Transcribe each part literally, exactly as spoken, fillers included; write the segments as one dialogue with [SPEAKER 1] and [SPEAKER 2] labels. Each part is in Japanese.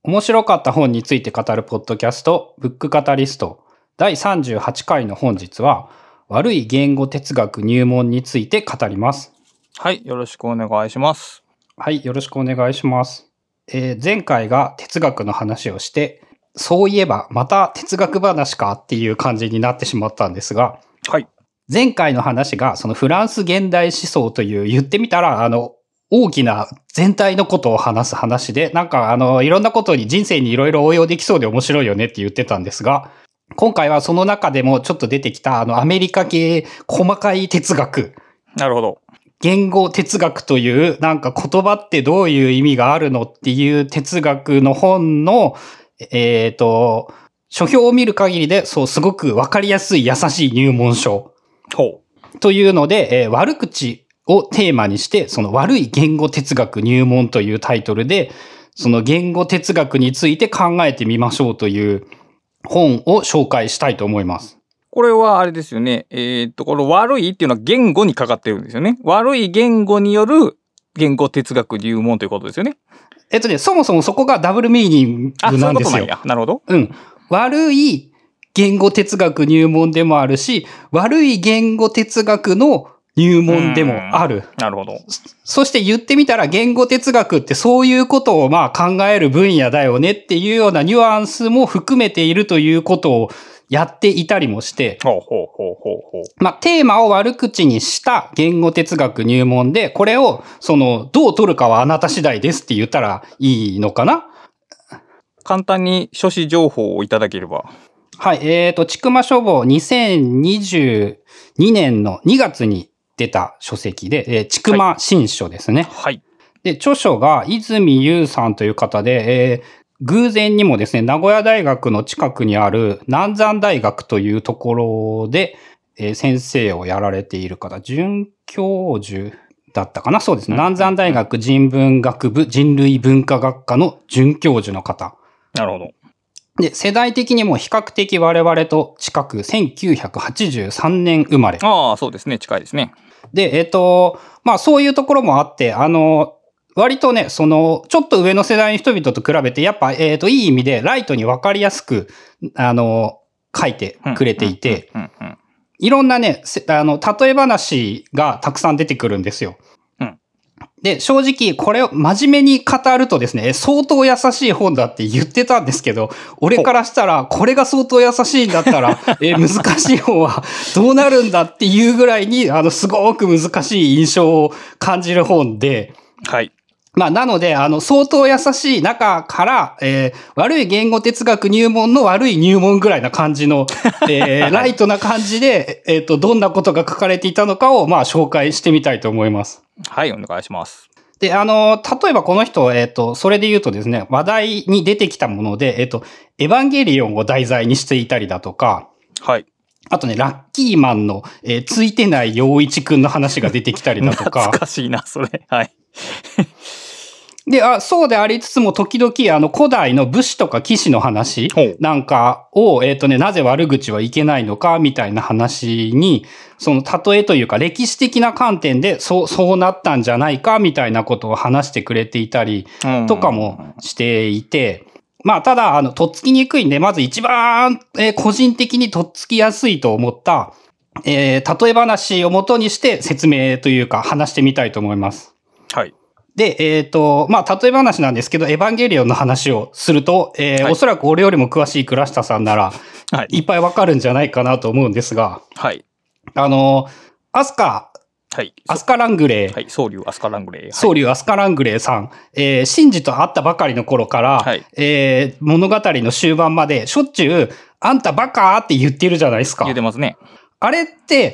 [SPEAKER 1] 面白かった本について語るポッドキャスト、ブックカタリストだいさんじゅうはちかいの本日は、悪い言語哲学入門について語ります。
[SPEAKER 2] はい、よろしくお願いします。
[SPEAKER 1] はい、よろしくお願いします。えー、前回が哲学の話をして、そういえばまた哲学話かっていう感じになってしまったんですが、
[SPEAKER 2] はい。
[SPEAKER 1] 前回の話がそのフランス現代思想という言ってみたらあの大きな全体のことを話す話で、なんかあのいろんなことに人生にいろいろ応用できそうで面白いよねって言ってたんですが、今回はその中でもちょっと出てきたあのアメリカ系細かい哲学。
[SPEAKER 2] なるほど。
[SPEAKER 1] 言語哲学というなんか言葉ってどういう意味があるのっていう哲学の本のえっと書評を見る限りでそうすごくわかりやすい優しい入門書というので、えー、悪口をテーマにしてその悪い言語哲学入門というタイトルでその言語哲学について考えてみましょうという本を紹介したいと思います。
[SPEAKER 2] これはあれですよね。えー、っと、この悪いっていうのは言語にかかってるんですよね。悪い言語による言語哲学入門ということですよね。
[SPEAKER 1] えっとね、そもそもそこがダブルミーニングなんですよ。あ、そういうことなんや。
[SPEAKER 2] なるほど。
[SPEAKER 1] うん。悪い言語哲学入門でもあるし、悪い言語哲学の入門でもある。
[SPEAKER 2] なるほど。
[SPEAKER 1] そして言ってみたら言語哲学ってそういうことをまあ考える分野だよねっていうようなニュアンスも含めているということをやっていたりもして、
[SPEAKER 2] ほうほうほうほうほう。
[SPEAKER 1] まあ、テーマを悪口にした言語哲学入門で、これを、その、どう取るかはあなた次第ですって言ったらいいのかな？
[SPEAKER 2] 簡単に書誌情報をいただければ。
[SPEAKER 1] はい、えっと、ちくま書房にせんにじゅうにねんのにがつに出た書籍で、えー、ちくま新書ですね。
[SPEAKER 2] はい。
[SPEAKER 1] で、著書が泉優さんという方で、えー偶然にもですね、名古屋大学の近くにある南山大学というところで、えー、先生をやられている方、准教授だったかな？そうですね。南山大学人文学部人類文化学科の准教授の方。
[SPEAKER 2] なるほど。
[SPEAKER 1] で、世代的にも比較的我々と近くせんきゅうひゃくはちじゅうさんねん生まれ。
[SPEAKER 2] ああ、そうですね。近いですね。
[SPEAKER 1] で、えっと、まあそういうところもあって、あの、割とね、その、ちょっと上の世代の人々と比べて、やっぱ、えっと、いい意味で、ライトに分かりやすく、あの、書いてくれていて、いろんなね、あの、例え話がたくさん出てくるんですよ。うん、で、正直、これを真面目に語るとですね、相当優しい本だって言ってたんですけど、俺からしたら、これが相当優しいんだったら、え難しい本はどうなるんだっていうぐらいに、あの、すごく難しい印象を感じる本で、
[SPEAKER 2] はい。
[SPEAKER 1] まあ、なので、あの、相当優しい中から、えー、悪い言語哲学入門の悪い入門ぐらいな感じの、えー、ライトな感じで、えっと、どんなことが書かれていたのかを、まあ、紹介してみたいと思います。
[SPEAKER 2] はい、お願いします。
[SPEAKER 1] で、あの、例えばこの人、えっと、それで言うとですね、話題に出てきたもので、えっと、エヴァンゲリオンを題材にしていたりだとか、
[SPEAKER 2] はい。
[SPEAKER 1] あとね、ラッキーマンの、えー、ついてない陽一くんの話が出てきたりだとか。
[SPEAKER 2] 懐かしいな、それ。はい。
[SPEAKER 1] で、あ、そうでありつつも時々あの古代の武士とか騎士の話なんかを、えっとね、なぜ悪口はいけないのかみたいな話に、その例えというか歴史的な観点でそう、そうなったんじゃないかみたいなことを話してくれていたりとかもしていて、まあただ、あの、とっつきにくいんで、まず一番、えー、個人的にとっつきやすいと思った、えー、例え話をもとにして説明というか話してみたいと思います。
[SPEAKER 2] はい。
[SPEAKER 1] で、えっと、まあ、例え話なんですけど、エヴァンゲリオンの話をすると、えーはい、おそらく俺よりも詳しい倉下さんなら、はい、いっぱいわかるんじゃないかなと思うんですが、
[SPEAKER 2] はい。
[SPEAKER 1] あの、アスカ、
[SPEAKER 2] はい。
[SPEAKER 1] アスカラングレー。
[SPEAKER 2] はい。宗竜アスカラングレー。はい、
[SPEAKER 1] 宗竜アスカラングレーさん。えー、シンジと会ったばかりの頃から、はい、えー、物語の終盤まで、しょっちゅう、あんたバカーって言ってるじゃないですか。
[SPEAKER 2] 言ってますね。
[SPEAKER 1] あれって、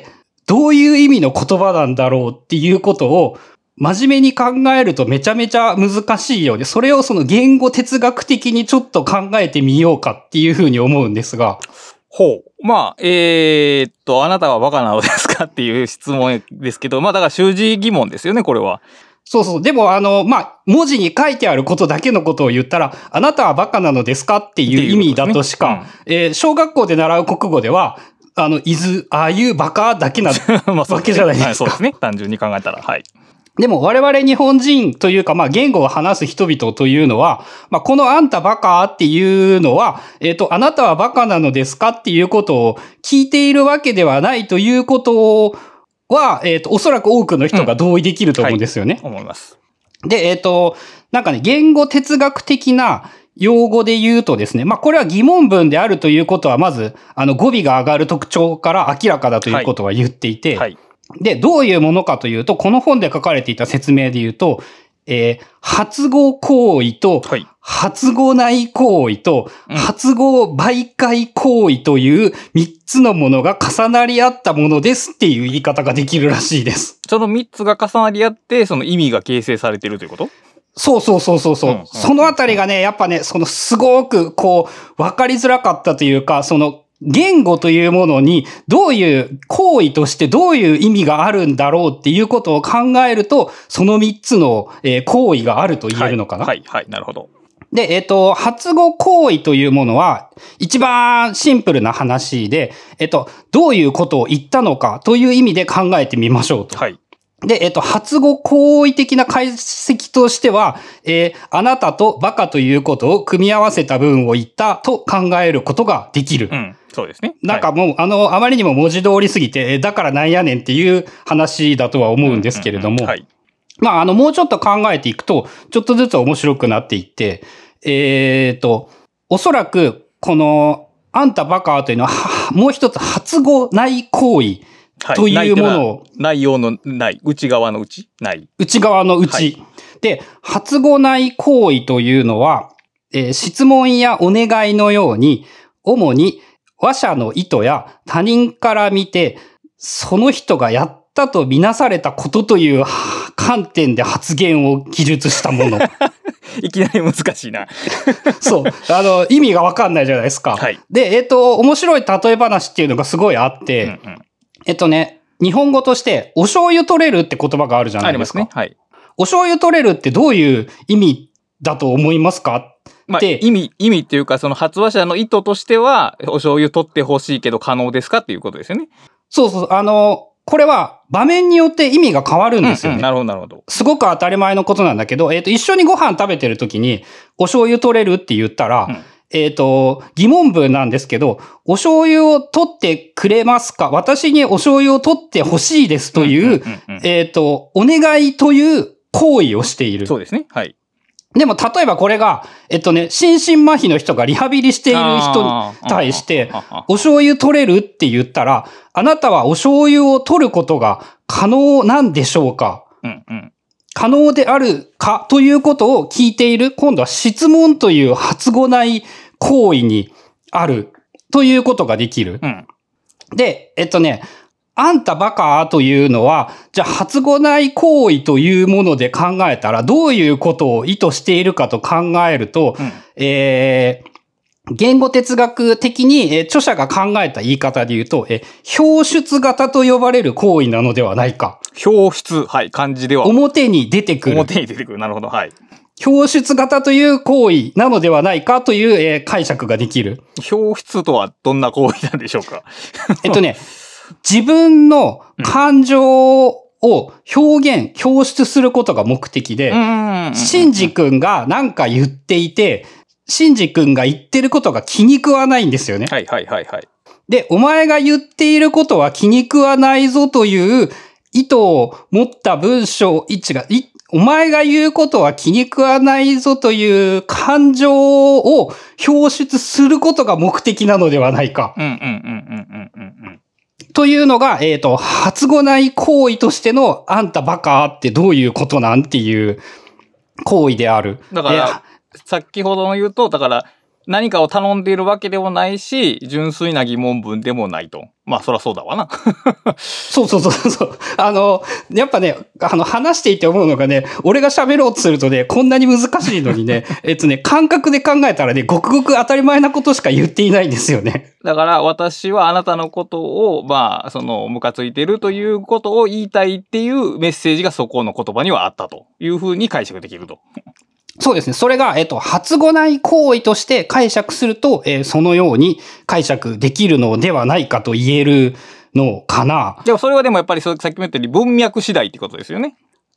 [SPEAKER 1] どういう意味の言葉なんだろうっていうことを、真面目に考えるとめちゃめちゃ難しいようで、それをその言語哲学的にちょっと考えてみようかっていうふうに思うんですが。
[SPEAKER 2] ほう。まあ、えー、っと、あなたはバカなのですかっていう質問ですけど、まあだから習字疑問ですよね、これは。
[SPEAKER 1] そうそう。でもあの、まあ、文字に書いてあることだけのことを言ったら、あなたはバカなのですかっていう意味だとしか、ねうんえー、小学校で習う国語では、あの、is, are you バカだけなわけじゃないですか。
[SPEAKER 2] はい、そうですね。単純に考えたら。はい。
[SPEAKER 1] でも我々日本人というか、まあ言語を話す人々というのは、まあこのあんたバカっていうのは、えっと、あなたはバカなのですかっていうことを聞いているわけではないということは、えっと、おそらく多くの人が同意できると思うんですよね。
[SPEAKER 2] うん、はい、思います。
[SPEAKER 1] で、えっと、なんかね、言語哲学的な用語で言うとですね、まあこれは疑問文であるということは、まず、あの語尾が上がる特徴から明らかだということは言っていて、
[SPEAKER 2] はいはい
[SPEAKER 1] で、どういうものかというと、この本で書かれていた説明で言うと、えー、発語行為と、
[SPEAKER 2] はい、
[SPEAKER 1] 発語内行為と、
[SPEAKER 2] うん、
[SPEAKER 1] 発語媒介行為という三つのものが重なり合ったものですっていう言い方ができるらしいです。
[SPEAKER 2] その三つが重なり合って、その意味が形成されているということ？
[SPEAKER 1] そうそうそうそうそう、うんうんうん。そのあたりがね、やっぱね、そのすごくこう、わかりづらかったというか、その、言語というものにどういう行為としてどういう意味があるんだろうっていうことを考えると、その三つの行為があると言えるのかな？
[SPEAKER 2] はい、はい、はい、なるほど。
[SPEAKER 1] で、えっと、発語行為というものは、一番シンプルな話で、えっと、どういうことを言ったのかという意味で考えてみましょうと。
[SPEAKER 2] はい。
[SPEAKER 1] で、えっと、発語行為的な解析としては、えー、あなたとバカということを組み合わせた文を言ったと考えることができる。
[SPEAKER 2] うん。そうですね。
[SPEAKER 1] なんかもう、はい、あの、あまりにも文字通りすぎて、だからなんやねんっていう話だとは思うんですけれども、うんうんうん、はい。まあ、あの、もうちょっと考えていくと、ちょっとずつ面白くなっていって、えーと、おそらく、この、あんたバカというのは、もう一つ発語内行為というものを、はい、
[SPEAKER 2] 内容の内、内側の内、内。
[SPEAKER 1] 内側の内。はい、で、発語内行為というのは、えー、質問やお願いのように、主に話者の意図や他人から見て、その人がやったとみなされたことという観点で発言を記述したもの。
[SPEAKER 2] いきなり難しいな。
[SPEAKER 1] そう。あの、意味がわかんないじゃないですか。
[SPEAKER 2] はい。
[SPEAKER 1] で、えっと、面白い例え話っていうのがすごいあって、うんうん、えっとね、日本語として、お醤油取れるって言葉があるじゃないですか。
[SPEAKER 2] ありますね。はい。
[SPEAKER 1] お醤油取れるってどういう意味だと思いますか？
[SPEAKER 2] まあ、意味、意味っていうか、その発話者の意図としては、お醤油取ってほしいけど可能ですかっていうことですよね。
[SPEAKER 1] そうそう。あの、これは場面によって意味が変わるんですよね。
[SPEAKER 2] うんうん、なるほど、なるほど。
[SPEAKER 1] すごく当たり前のことなんだけど、えっと、一緒にご飯食べてる時に、お醤油取れるって言ったら、うん、えっと、疑問文なんですけど、お醤油を取ってくれますか？私にお醤油を取ってほしいですという、えっと、お願いという行為をしている。
[SPEAKER 2] そうですね。はい。
[SPEAKER 1] でも、例えばこれが、えっとね、心身麻痺の人がリハビリしている人に対して、お醤油取れるって言ったら、あなたはお醤油を取ることが可能なんでしょうか？
[SPEAKER 2] うんうん、
[SPEAKER 1] 可能であるかということを聞いている、今度は質問という発語内行為にあるということができる。
[SPEAKER 2] うん、
[SPEAKER 1] で、えっとね、あんたバカというのは、じゃあ発語内行為というもので考えたら、どういうことを意図しているかと考えると、うん、えー、言語哲学的に、えー、著者が考えた言い方で言うと、えー、表出型と呼ばれる行為なのではないか。
[SPEAKER 2] 表出、はい、漢字では。
[SPEAKER 1] 表に出てくる。
[SPEAKER 2] 表に出てくる。なるほど、はい。
[SPEAKER 1] 表出型という行為なのではないかという、えー、解釈ができる。
[SPEAKER 2] 表出とはどんな行為なんでしょうか？
[SPEAKER 1] えっとね、自分の感情を表現、表出することが目的で、シンジ君が何か言っていて、シンジ君が言ってることが気に食わないんですよね。
[SPEAKER 2] はいはいはいはい。
[SPEAKER 1] で、お前が言っていることは気に食わないぞという意図を持った文章、一が、いお前が言うことは気に食わないぞという感情を表出することが目的なのではないか。
[SPEAKER 2] うんうんうんうんうんうんうん。
[SPEAKER 1] というのが、えっと、発語内行為としてのあんたバカってどういうことなんていう行為である。
[SPEAKER 2] だから、先ほどの言うと、だから何かを頼んでいるわけでもないし、純粋な疑問文でもないと。まあ、そらそうだわな。
[SPEAKER 1] そうそうそうそう。あの、やっぱね、あの、話していて思うのがね、俺が喋ろうとするとね、こんなに難しいのにね、えっとね、感覚で考えたらね、ごくごく当たり前なことしか言っていないんですよね。
[SPEAKER 2] だから、私はあなたのことを、まあ、その、ムカついてるということを言いたいっていうメッセージがそこの言葉にはあったというふうに解釈できると。
[SPEAKER 1] そうですね。それが、えっと、発語内行為として解釈すると、えー、そのように解釈できるのではないかと言えるのかな。
[SPEAKER 2] でもそれはでもやっぱりさっきも言ったように文脈次第ってことですよね。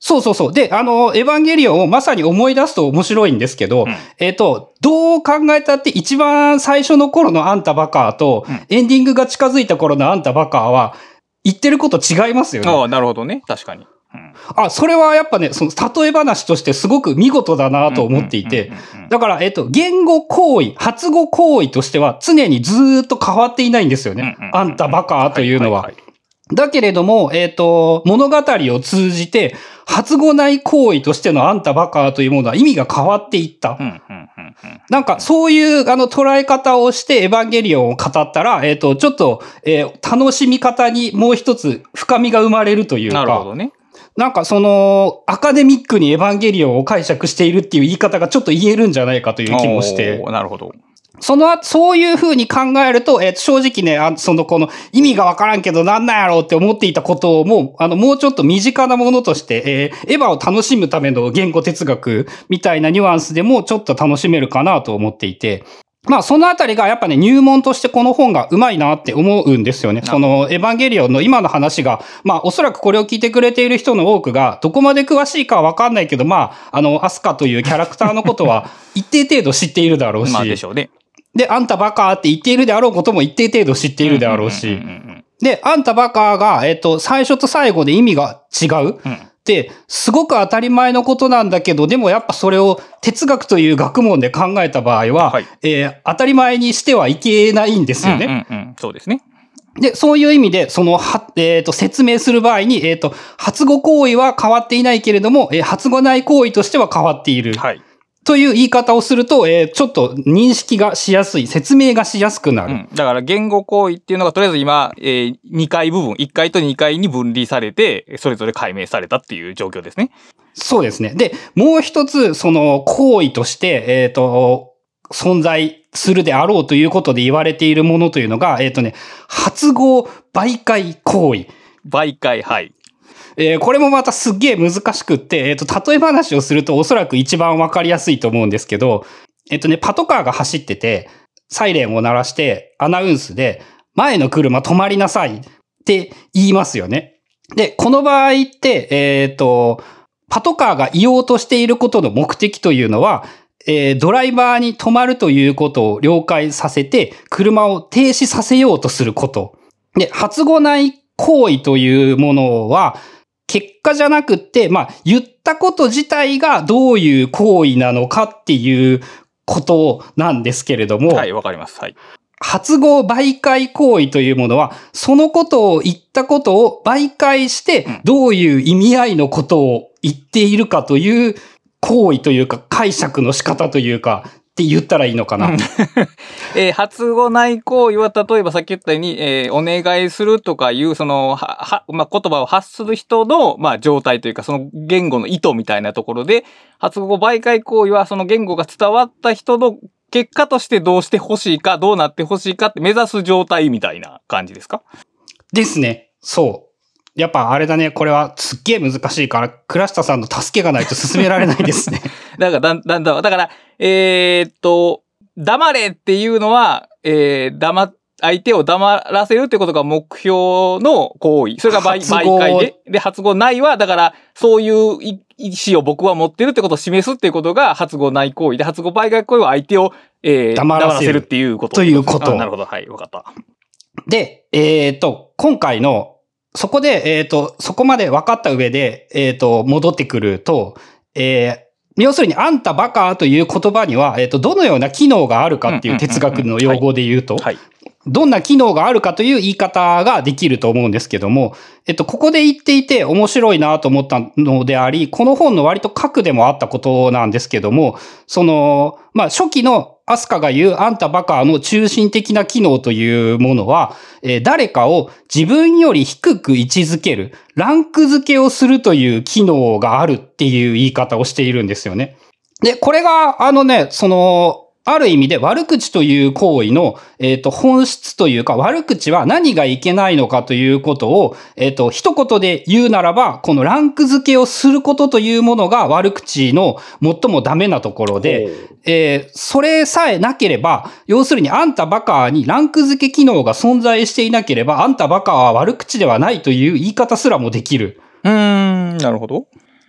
[SPEAKER 1] そうそうそう。で、あの、エヴァンゲリオンをまさに思い出すと面白いんですけど、うん、えっと、どう考えたって一番最初の頃のあんたバカーと、うん、エンディングが近づいた頃のあんたバカーは、言ってること違いますよね。
[SPEAKER 2] ああ、なるほどね。確かに。
[SPEAKER 1] うん、あ、それはやっぱね、その例え話としてすごく見事だなと思っていて、だから、えっと、言語行為、発語行為としては常にずーっと変わっていないんですよね。あんたバカーというのは。だけれども、えっと、物語を通じて、発語内行為としてのあんたバカーというものは意味が変わっていった。なんか、そういうあの捉え方をしてエヴァンゲリオンを語ったら、えっと、ちょっと、えー、楽しみ方にもう一つ深みが生まれるというか。
[SPEAKER 2] なるほどね。
[SPEAKER 1] なんかその、アカデミックにエヴァンゲリオンを解釈しているっていう言い方がちょっと言えるんじゃないかという気もして。
[SPEAKER 2] なるほど。
[SPEAKER 1] その後、そういう風に考えると、えー、正直ね、あその、この意味がわからんけどなんなんやろうって思っていたことをもう、あの、もうちょっと身近なものとして、えー、エヴァを楽しむための言語哲学みたいなニュアンスでもちょっと楽しめるかなと思っていて、まあ、そのあたりがやっぱね、入門としてこの本がうまいなって思うんですよね。その、エヴァンゲリオンの今の話が、まあ、おそらくこれを聞いてくれている人の多くが、どこまで詳しいかはわかんないけど、まあ、あの、アスカというキャラクターのことは一定程度知っているだろうし。
[SPEAKER 2] まあでしょうね。
[SPEAKER 1] で、あんたバカーって言っているであろうことも一定程度知っているであろうし。で、あんたバカーが、えっと、最初と最後で意味が違う。うんって、すごく当たり前のことなんだけど、でもやっぱそれを哲学という学問で考えた場合は、はい、えー、当たり前にしてはいけないんですよね。
[SPEAKER 2] うんうんうん、そうですね。
[SPEAKER 1] で、そういう意味で、その、は、えっと、説明する場合に、えっと、発語行為は変わっていないけれども、えー、発語内行為としては変わっている。はい。という言い方をすると、えー、ちょっと認識がしやすい、説明がしやすくなる。うん、
[SPEAKER 2] だから言語行為っていうのがとりあえず今、えー、にかい部分、いっかいとにかいに分離されて、それぞれ解明されたっていう状況ですね。
[SPEAKER 1] そうですね。で、もう一つ、その行為として、えっと、存在するであろうということで言われているものというのが、えっとね、発語媒介行為。
[SPEAKER 2] 媒介、はい。
[SPEAKER 1] えー、これもまたすっげえ難しくって、えっと、例え話をするとおそらく一番わかりやすいと思うんですけど、えっとね、パトカーが走ってて、サイレンを鳴らして、アナウンスで、前の車止まりなさいって言いますよね。で、この場合って、えっと、パトカーが言おうとしていることの目的というのは、えー、ドライバーに止まるということを了解させて、車を停止させようとすること。で、発語内行為というものは、結果じゃなくって、まあ、言ったこと自体がどういう行為なのかっていうことなんですけれども。
[SPEAKER 2] はい、わかります。はい。
[SPEAKER 1] 発語媒介行為というものは、そのことを言ったことを媒介して、どういう意味合いのことを言っているかという行為というか、解釈の仕方というか、って言ったらいいのかな。
[SPEAKER 2] えー、発語内行為は、例えばさっき言ったように、えー、お願いするとかいう、その、は、は、まあ、言葉を発する人の、まあ、状態というか、その言語の意図みたいなところで、発語媒介行為は、その言語が伝わった人の結果としてどうしてほしいか、どうなってほしいかって目指す状態みたいな感じですか？
[SPEAKER 1] ですね。そう。やっぱあれだね、これはすっげえ難しいから、倉下さんの助けがないと進められないですね。
[SPEAKER 2] だから、だんだんだん、だから、えー、っと、黙れっていうのは、えー、黙、相手を黙らせるってことが目標の行為。それが媒介で。で、発語内は、だから、そういう意思を僕は持ってるってことを示すっていうことが発語内行為で、発語媒介行為は相手を、えー、黙らせるっていうこと。
[SPEAKER 1] ということ。
[SPEAKER 2] なるほど。はい、わかった。
[SPEAKER 1] で、えー、っと、今回の、そこで、えっと、そこまで分かった上で、えっと、戻ってくると、えー、要するに、あんたバカという言葉には、えっと、どのような機能があるかっていう哲学の用語で言うと、どんな機能があるかという言い方ができると思うんですけども、えっと、ここで言っていて面白いなと思ったのであり、この本の割と核でもあったことなんですけども、その、まあ、初期のアスカが言うあんたバカの中心的な機能というものは、えー、誰かを自分より低く位置づける、ランク付けをするという機能があるっていう言い方をしているんですよね。で、これが、あのね、その、ある意味で悪口という行為の、えっと、本質というか、悪口は何がいけないのかということを、えっと、一言で言うならば、このランク付けをすることというものが悪口の最もダメなところで、えー、それさえなければ、要するにあんたバカにランク付け機能が存在していなければ、あんたバカは悪口ではないという言い方すらもできる。
[SPEAKER 2] うーん、なるほど。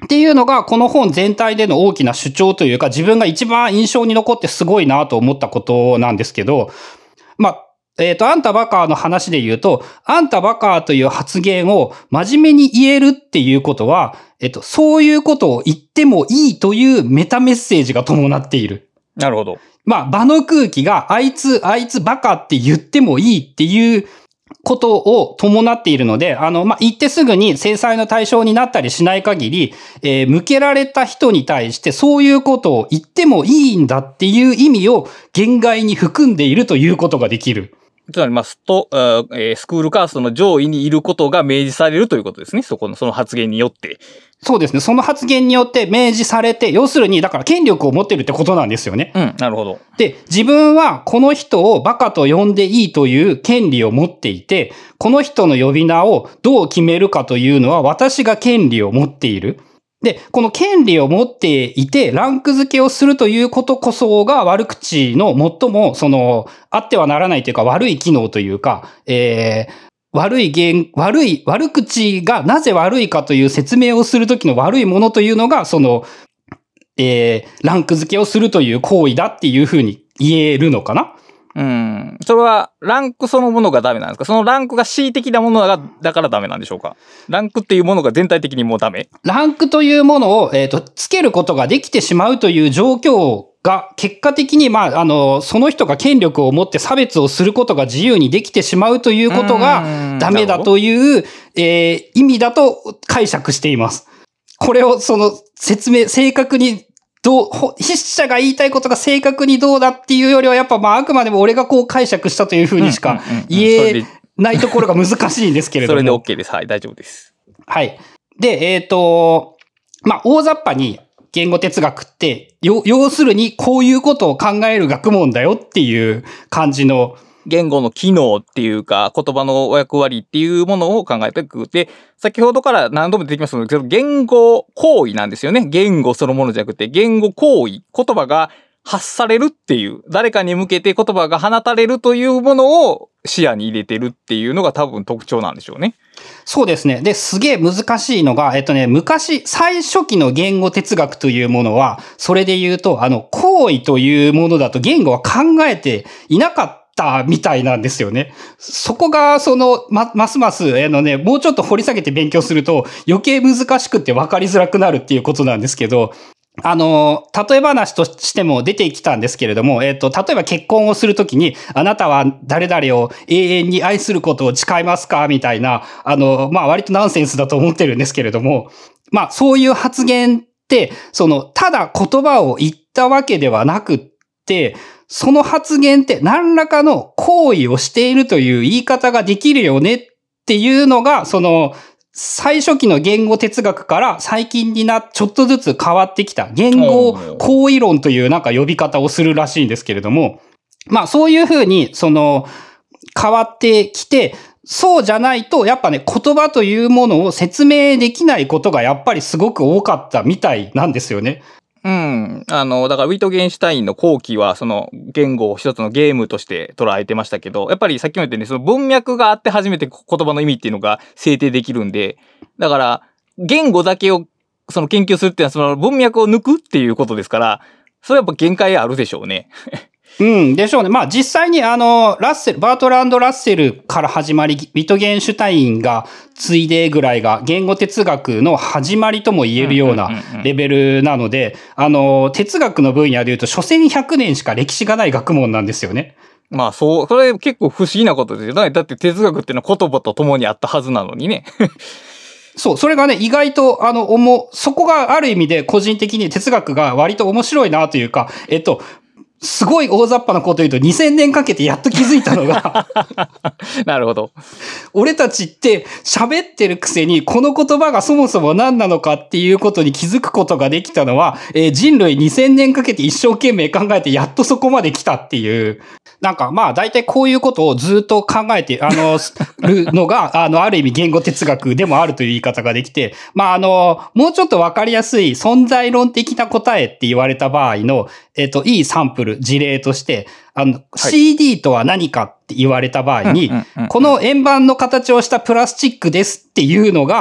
[SPEAKER 1] っていうのが、この本全体での大きな主張というか、自分が一番印象に残ってすごいなと思ったことなんですけど、まあ、えっと、あんたバカの話で言うと、あんたバカという発言を真面目に言えるっていうことは、えっと、そういうことを言ってもいいというメタメッセージが伴っている。
[SPEAKER 2] なるほど。
[SPEAKER 1] まあ、場の空気が、あいつ、あいつバカって言ってもいいっていうことを伴っているので、あの、まあ、言ってすぐに制裁の対象になったりしない限り、えー、向けられた人に対してそういうことを言ってもいいんだっていう意味を言外に含んでいるということができる。
[SPEAKER 2] つまり、まあ、スト、えー、スクールカーストの上位にいることが明示されるということですね。そこの、その発言によって。
[SPEAKER 1] そうですね。その発言によって明示されて、要するに、だから権力を持ってるってことなんですよね。
[SPEAKER 2] うん、なるほど。
[SPEAKER 1] で、自分はこの人をバカと呼んでいいという権利を持っていて、この人の呼び名をどう決めるかというのは私が権利を持っている。で、この権利を持っていて、ランク付けをするということこそが悪口の最も、その、あってはならないというか悪い機能というか、えー、悪い言、悪い、悪口がなぜ悪いかという説明をするときの悪いものというのが、その、えー、ランク付けをするという行為だっていうふうに言えるのかな？
[SPEAKER 2] うん。それは、ランクそのものがダメなんですか？そのランクが恣意的なものが、だからダメなんでしょうか？ランクっていうものが全体的にもうダメ？
[SPEAKER 1] ランクというものを、えっと、つけることができてしまうという状況が、結果的に、まあ、あの、その人が権力を持って差別をすることが自由にできてしまうということが、ダメだという、えー、意味だと解釈しています。これを、その、説明、正確に、どう、筆者が言いたいことが正確にどうだっていうよりは、やっぱまああくまでも俺がこう解釈したというふうにしか言えないところが難しいんですけれども。
[SPEAKER 2] それで OK です。はい、大丈夫です。
[SPEAKER 1] はい。で、えっと、まあ大雑把に言語哲学って、要、要するにこういうことを考える学問だよっていう感じの、
[SPEAKER 2] 言語の機能っていうか、言葉の役割っていうものを考えていく。で、先ほどから何度も出てきますけど、言語行為なんですよね。言語そのものじゃなくて、言語行為。言葉が発されるっていう、誰かに向けて言葉が放たれるというものを視野に入れてるっていうのが多分特徴なんでしょうね。
[SPEAKER 1] そうですね。で、すげえ難しいのが、えっとね、昔、最初期の言語哲学というものは、それで言うと、あの、行為というものだと言語は考えていなかった。みたいなんですよね。そこが、その、ま、ますます、あのね、もうちょっと掘り下げて勉強すると余計難しくて分かりづらくなるっていうことなんですけど、あの、例え話としても出てきたんですけれども、えっと、例えば結婚をするときに、あなたは誰々を永遠に愛することを誓いますかみたいな、あの、まあ、割とナンセンスだと思ってるんですけれども、まあ、そういう発言って、その、ただ言葉を言ったわけではなくって、その発言って何らかの行為をしているという言い方ができるよねっていうのが、その、最初期の言語哲学から最近にな、ちょっとずつ変わってきた言語行為論というなんか呼び方をするらしいんですけれども、まあそういうふうに、その、変わってきて、そうじゃないと、やっぱね、言葉というものを説明できないことがやっぱりすごく多かったみたいなんですよね。
[SPEAKER 2] うん。あの、だからウィトゲンシュタインの後期は、その言語を一つのゲームとして捉えてましたけど、やっぱりさっきも言ったように、その文脈があって初めて言葉の意味っていうのが制定できるんで、だから、言語だけをその研究するっていうのは、その文脈を抜くっていうことですから、それはやっぱ限界あるでしょうね。
[SPEAKER 1] うん、でしょうね。まあ実際にあの、ラッセル、バートランド・ラッセルから始まり、ウィトゲンシュタインがついでぐらいが言語哲学の始まりとも言えるようなレベルなので、あの、哲学の分野で言うと、所詮ひゃくねんしか歴史がない学問なんですよね。
[SPEAKER 2] まあそう、それ結構不思議なことですよね。だって哲学っていうのは言葉と共にあったはずなのにね。
[SPEAKER 1] そう、それがね、意外と、あの、おも、そこがある意味で個人的に哲学が割と面白いなというか、えっと、すごい大雑把なこと言うとにせんねんかけてやっと気づいたのが
[SPEAKER 2] なるほど。
[SPEAKER 1] 俺たちって喋ってるくせにこの言葉がそもそも何なのかっていうことに気づくことができたのは、えー、人類にせんねんかけて一生懸命考えてやっとそこまで来たっていう。なんかまあ大体こういうことをずっと考えて、あの、るのが、あの、ある意味言語哲学でもあるという言い方ができて、まああの、もうちょっとわかりやすい存在論的な答えって言われた場合の、えっと、いいサンプル、事例として、あの、はい、シーディー とは何かって言われた場合に、この円盤の形をしたプラスチックですっていうのが、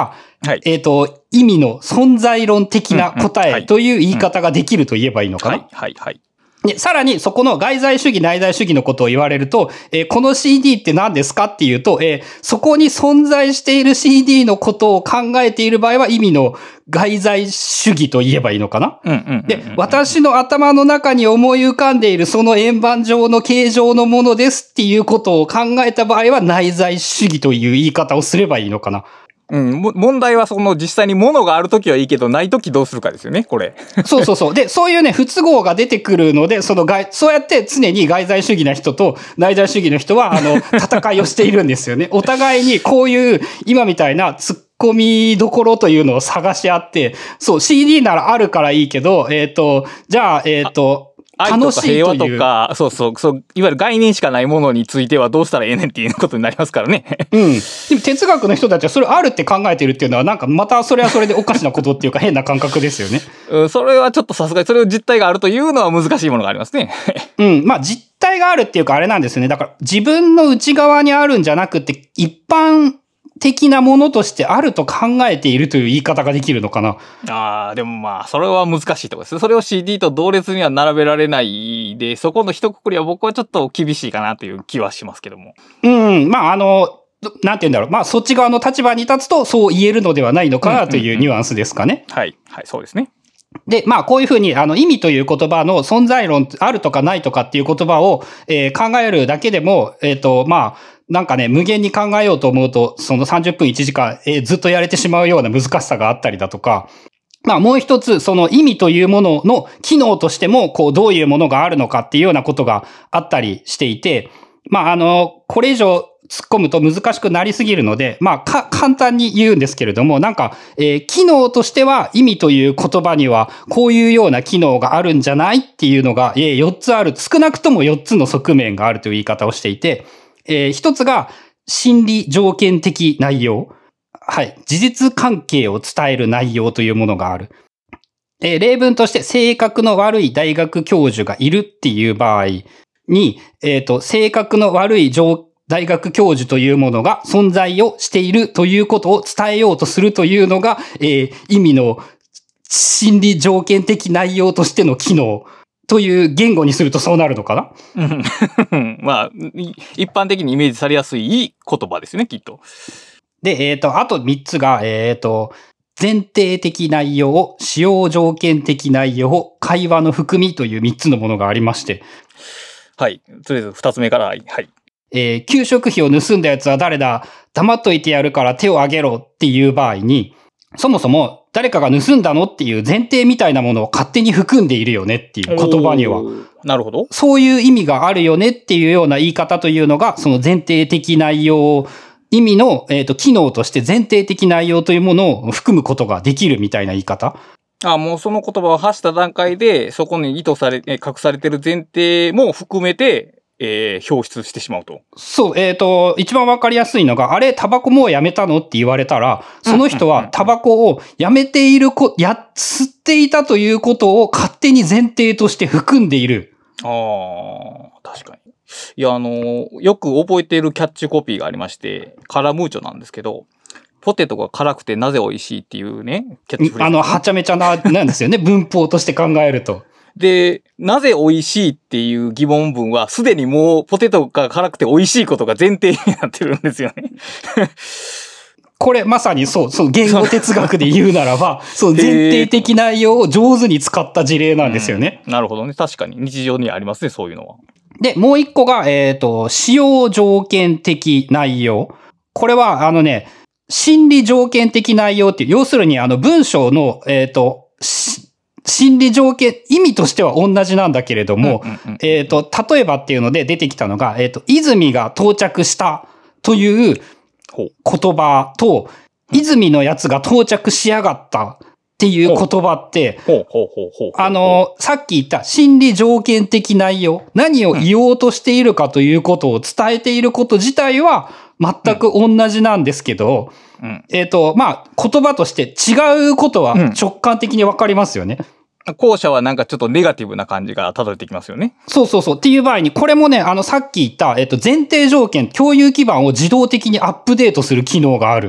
[SPEAKER 2] はい、
[SPEAKER 1] えっと、意味の存在論的な答えという言い方ができると言えばいいのかな。
[SPEAKER 2] はい、はい、はい。
[SPEAKER 1] で、さらに、そこの外在主義、内在主義のことを言われると、えー、この シーディー って何ですかっていうと、えー、そこに存在している シーディー のことを考えている場合は意味の外在主義と言えばいいのかな。で、私の頭の中に思い浮かんでいるその円盤状の形状のものですっていうことを考えた場合は内在主義という言い方をすればいいのかな。
[SPEAKER 2] うん、問題はその実際に物があるときはいいけどないときどうするかですよね、これ。
[SPEAKER 1] そうそうそう。で、そういうね、不都合が出てくるので、その外、そうやって常に外在主義な人と内在主義の人は、あの、戦いをしているんですよね。お互いにこういう、今みたいな突っ込みどころというのを探し合って、そう、シーディー ならあるからいいけど、えっと、じゃあ、えっと、
[SPEAKER 2] 愛とか平和とか、そうそう、そう、いわゆる概念しかないものについてはどうしたらええねんっていうことになりますからね。
[SPEAKER 1] うん。でも哲学の人たちはそれあるって考えてるっていうのはなんかまたそれはそれでおかしなことっていうか変な感覚ですよね。
[SPEAKER 2] うん、それはちょっとさすがにそれを実態があるというのは難しいものがありますね。
[SPEAKER 1] うん。まあ実態があるっていうかあれなんですよね。だから自分の内側にあるんじゃなくて一般的なものとしてあると考えているという言い方ができるのかな。
[SPEAKER 2] ああ、でもまあ、それは難しいところです。それを シーディー と同列には並べられないで、そこの一括りは僕はちょっと厳しいかなという気はしますけども。
[SPEAKER 1] うん、まああの、なんて言うんだろう。まあそっち側の立場に立つとそう言えるのではないのかなというニュアンスですかね。
[SPEAKER 2] うんうんうん、はい、はい、そうですね。
[SPEAKER 1] で、まあ、こういうふうに、あの、意味という言葉の存在論、あるとかないとかっていう言葉を、えー、考えるだけでも、えっと、まあ、なんかね、無限に考えようと思うと、そのさんじゅっぷんいちじかん、えー、ずっとやれてしまうような難しさがあったりだとか、まあ、もう一つ、その意味というものの機能としても、こう、どういうものがあるのかっていうようなことがあったりしていて、まあ、あの、これ以上、突っ込むと難しくなりすぎるので、まあ、か、簡単に言うんですけれども、なんか、えー、機能としては意味という言葉には、こういうような機能があるんじゃないっていうのが、えー、よっつある、少なくともよっつの側面があるという言い方をしていて、えー、ひとつが、心理条件的内容。はい。事実関係を伝える内容というものがある。えー、例文として、性格の悪い大学教授がいるっていう場合に、えっと、性格の悪い条大学教授というものが存在をしているということを伝えようとするというのが、えー、意味の心理条件的内容としての機能という言語にするとそうなるのか
[SPEAKER 2] なまあ、一般的にイメージされやすいいい言葉ですね、きっと。
[SPEAKER 1] で、えっと、あとみっつが、えっと、前提的内容、使用条件的内容、会話の含みというみっつのものがありまして。
[SPEAKER 2] はい。とりあえずふたつめから、はい。
[SPEAKER 1] えー、給食費を盗んだやつは誰だ？黙っといてやるから手を挙げろっていう場合に、そもそも誰かが盗んだのっていう前提みたいなものを勝手に含んでいるよねっていう言葉には。
[SPEAKER 2] なるほど。
[SPEAKER 1] そういう意味があるよねっていうような言い方というのが、その前提的内容、意味の、えっと、機能として前提的内容というものを含むことができるみたいな言い方。
[SPEAKER 2] あ、もうその言葉を発した段階で、そこに意図され、隠されてる前提も含めて、えー、表出してしまうと。
[SPEAKER 1] そう、えっと、一番わかりやすいのが、あれ、タバコもうやめたのって言われたら、その人はタバコをやめているこ、や、吸っていたということを勝手に前提として含んでいる。
[SPEAKER 2] ああ、確かに。いや、あのー、よく覚えているキャッチコピーがありまして、カラムーチョなんですけど、ポテトが辛くてなぜ美味しいっていうね、
[SPEAKER 1] キャッチフレーズ。あの、はちゃめちゃな、なんですよね、文法として考えると。
[SPEAKER 2] で、なぜ美味しいっていう疑問文は、すでにもうポテトが辛くて美味しいことが前提になってるんですよね。
[SPEAKER 1] これまさにそう、そう、言語哲学で言うならば、そう、前提的内容を上手に使った事例なんですよね。
[SPEAKER 2] うん、なるほどね。確かに日常にありますね、そういうのは。
[SPEAKER 1] で、もう一個が、えっと、使用条件的内容。これは、あのね、心理条件的内容っていう、要するにあの文章の、えっと、心理条件、意味としては同じなんだけれども、えっと、例えばっていうので出てきたのが、えっと、泉が到着したという言葉と、泉のやつが到着しやがったっていう言葉って、あの、さっき言った心理条件的内容、何を言おうとしているかということを伝えていること自体は全く同じなんですけど、うん、えっと、まあ、言葉として違うことは直感的にわかりますよね。
[SPEAKER 2] うん、後者はなんかちょっとネガティブな感じが漂ってきますよね。
[SPEAKER 1] そうそうそう。っていう場合に、これもね、あの、さっき言った、えっと、前提条件、共有基盤を自動的にアップデートする機能がある。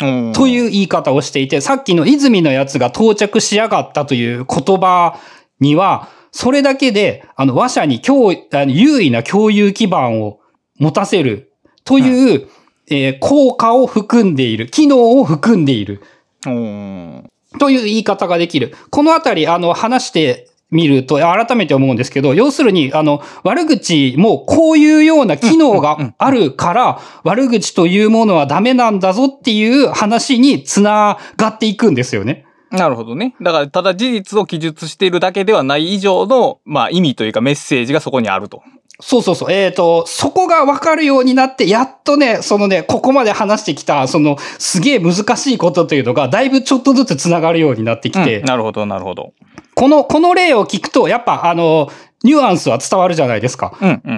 [SPEAKER 1] という言い方をしていて、さっきの泉のやつが到着しやがったという言葉には、それだけで、あの、話者に強あの優位な共有基盤を持たせるという、うんえー、効果を含んでいる、機能を含んでいる。という言い方ができる。このあたり、あの、話してみると、改めて思うんですけど、要するに、あの、悪口もこういうような機能があるから、悪口というものはダメなんだぞっていう話につながっていくんですよね。
[SPEAKER 2] なるほどね。だから、ただ事実を記述しているだけではない以上の、まあ、意味というかメッセージがそこにあると。
[SPEAKER 1] そうそうそう。えっと、そこが分かるようになって、やっとね、そのね、ここまで話してきた、その、すげえ難しいことというのが、だいぶちょっとずつ繋がるようになってきて。
[SPEAKER 2] うん、なるほど、なるほど。
[SPEAKER 1] この、この例を聞くと、やっぱ、あの、ニュアンスは伝わるじゃないですか。
[SPEAKER 2] うん、うん、うん、うん。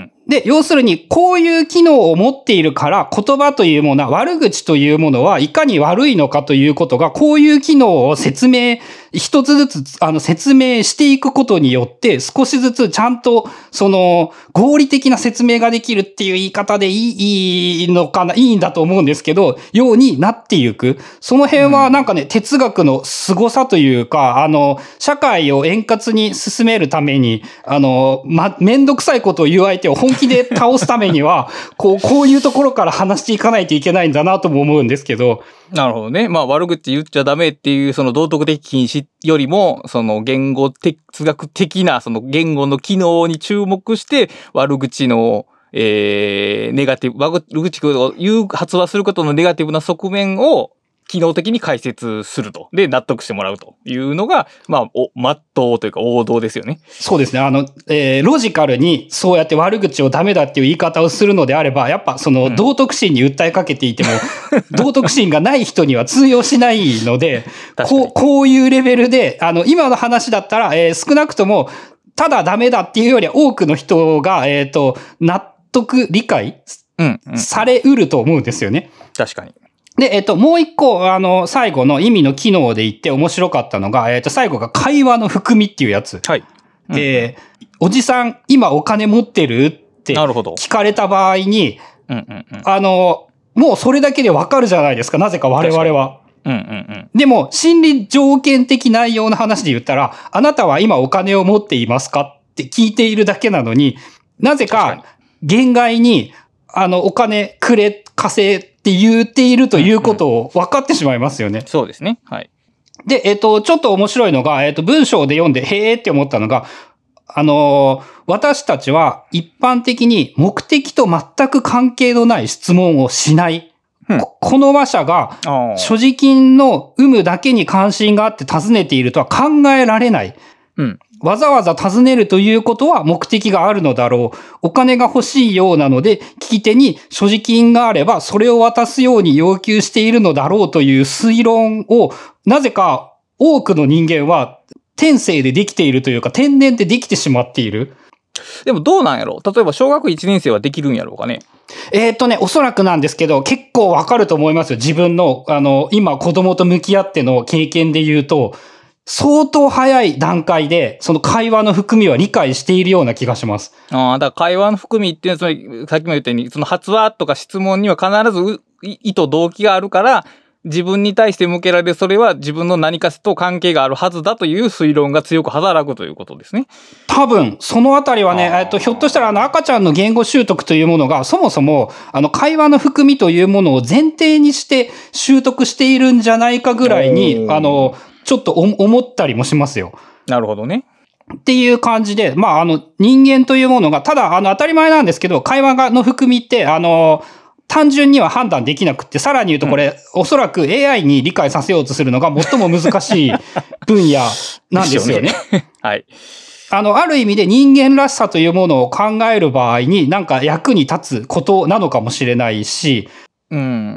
[SPEAKER 1] で、要するに、こういう機能を持っているから、言葉というものは、悪口というものはいかに悪いのかということが、こういう機能を説明、一つずつ、あの、説明していくことによって、少しずつちゃんと、その、合理的な説明ができるっていう言い方でいい、いいのかな、いいんだと思うんですけど、ようになっていく。その辺はなんかね、うん、哲学の凄さというか、あの、社会を円滑に進めるために、あの、ま、めんどくさいことを言う相手を本気で倒すためには、こう、こういうところから話していかないといけないんだなとも思うんですけど。
[SPEAKER 2] なるほどね。まあ、悪口言っちゃダメっていう、その道徳的禁止よりも、その言語哲学的な、その言語の機能に注目して、悪口の、えー、ネガティブ、悪口を言う、発話することのネガティブな側面を、機能的に解説すると。で、納得してもらうというのが、まあ、お、まっとうというか王道ですよね。
[SPEAKER 1] そうですね。あの、えー、ロジカルにそうやって悪口をダメだっていう言い方をするのであれば、やっぱその道徳心に訴えかけていても、うん、道徳心がない人には通用しないので、こう、こういうレベルで、あの、今の話だったら、えー、少なくとも、ただダメだっていうよりは多くの人が、えっと、納得、理解、うんうん、されうると思うんですよね。
[SPEAKER 2] 確かに。
[SPEAKER 1] で、えっと、もう一個、あの、最後の意味の機能で言って面白かったのが、えっと、最後が会話の含みっていうやつ。
[SPEAKER 2] はい。
[SPEAKER 1] うん、えー、おじさん、今お金持ってるって聞かれた場合に、
[SPEAKER 2] うんうんうん、
[SPEAKER 1] あの、もうそれだけでわかるじゃないですか。なぜか我々は。
[SPEAKER 2] うんうんうん、
[SPEAKER 1] でも、心理条件的内容の話で言ったら、あなたは今お金を持っていますかって聞いているだけなのに、なぜか、言外に、あの、お金くれ、稼い、って言っているということを分かってしまいますよね。
[SPEAKER 2] うんうん、そうですね。はい。
[SPEAKER 1] で、えっと、ちょっと面白いのが、えっと、文章で読んで、へーって思ったのが、あのー、私たちは一般的に目的と全く関係のない質問をしない。うん、こ, この話者が、所持金の有無だけに関心があって尋ねているとは考えられない。
[SPEAKER 2] うん。
[SPEAKER 1] わざわざ尋ねるということは目的があるのだろう。お金が欲しいようなので、聞き手に所持金があれば、それを渡すように要求しているのだろうという推論を、なぜか多くの人間は天性でできているというか、天然でできてしまっている。
[SPEAKER 2] でもどうなんやろう？例えば小学いちねん生はできるんやろうかね？
[SPEAKER 1] えーっとね、おそらくなんですけど、結構わかると思いますよ。自分の、あの、今子供と向き合っての経験で言うと、相当早い段階で、その会話の含みは理解しているような気がします。
[SPEAKER 2] ああ、だから会話の含みっていうのは、つまり、さっきも言ったように、その発話とか質問には必ず意図動機があるから、自分に対して向けられる、それは自分の何かと関係があるはずだという推論が強く働くということですね。
[SPEAKER 1] 多分、そのあたりはね、えっと、ひょっとしたらあの赤ちゃんの言語習得というものが、そもそも、あの、会話の含みというものを前提にして習得しているんじゃないかぐらいに、あの、ちょっと思ったりもしますよ。
[SPEAKER 2] なるほどね。
[SPEAKER 1] っていう感じで、まあ、あの、人間というものが、ただ、あの、当たり前なんですけど、会話の含みって、あの、単純には判断できなくって、さらに言うとこれ、うん、おそらく エーアイ に理解させようとするのが最も難しい分野なんですよね。
[SPEAKER 2] はい。
[SPEAKER 1] あの、ある意味で人間らしさというものを考える場合に、なんか役に立つことなのかもしれないし。
[SPEAKER 2] うん、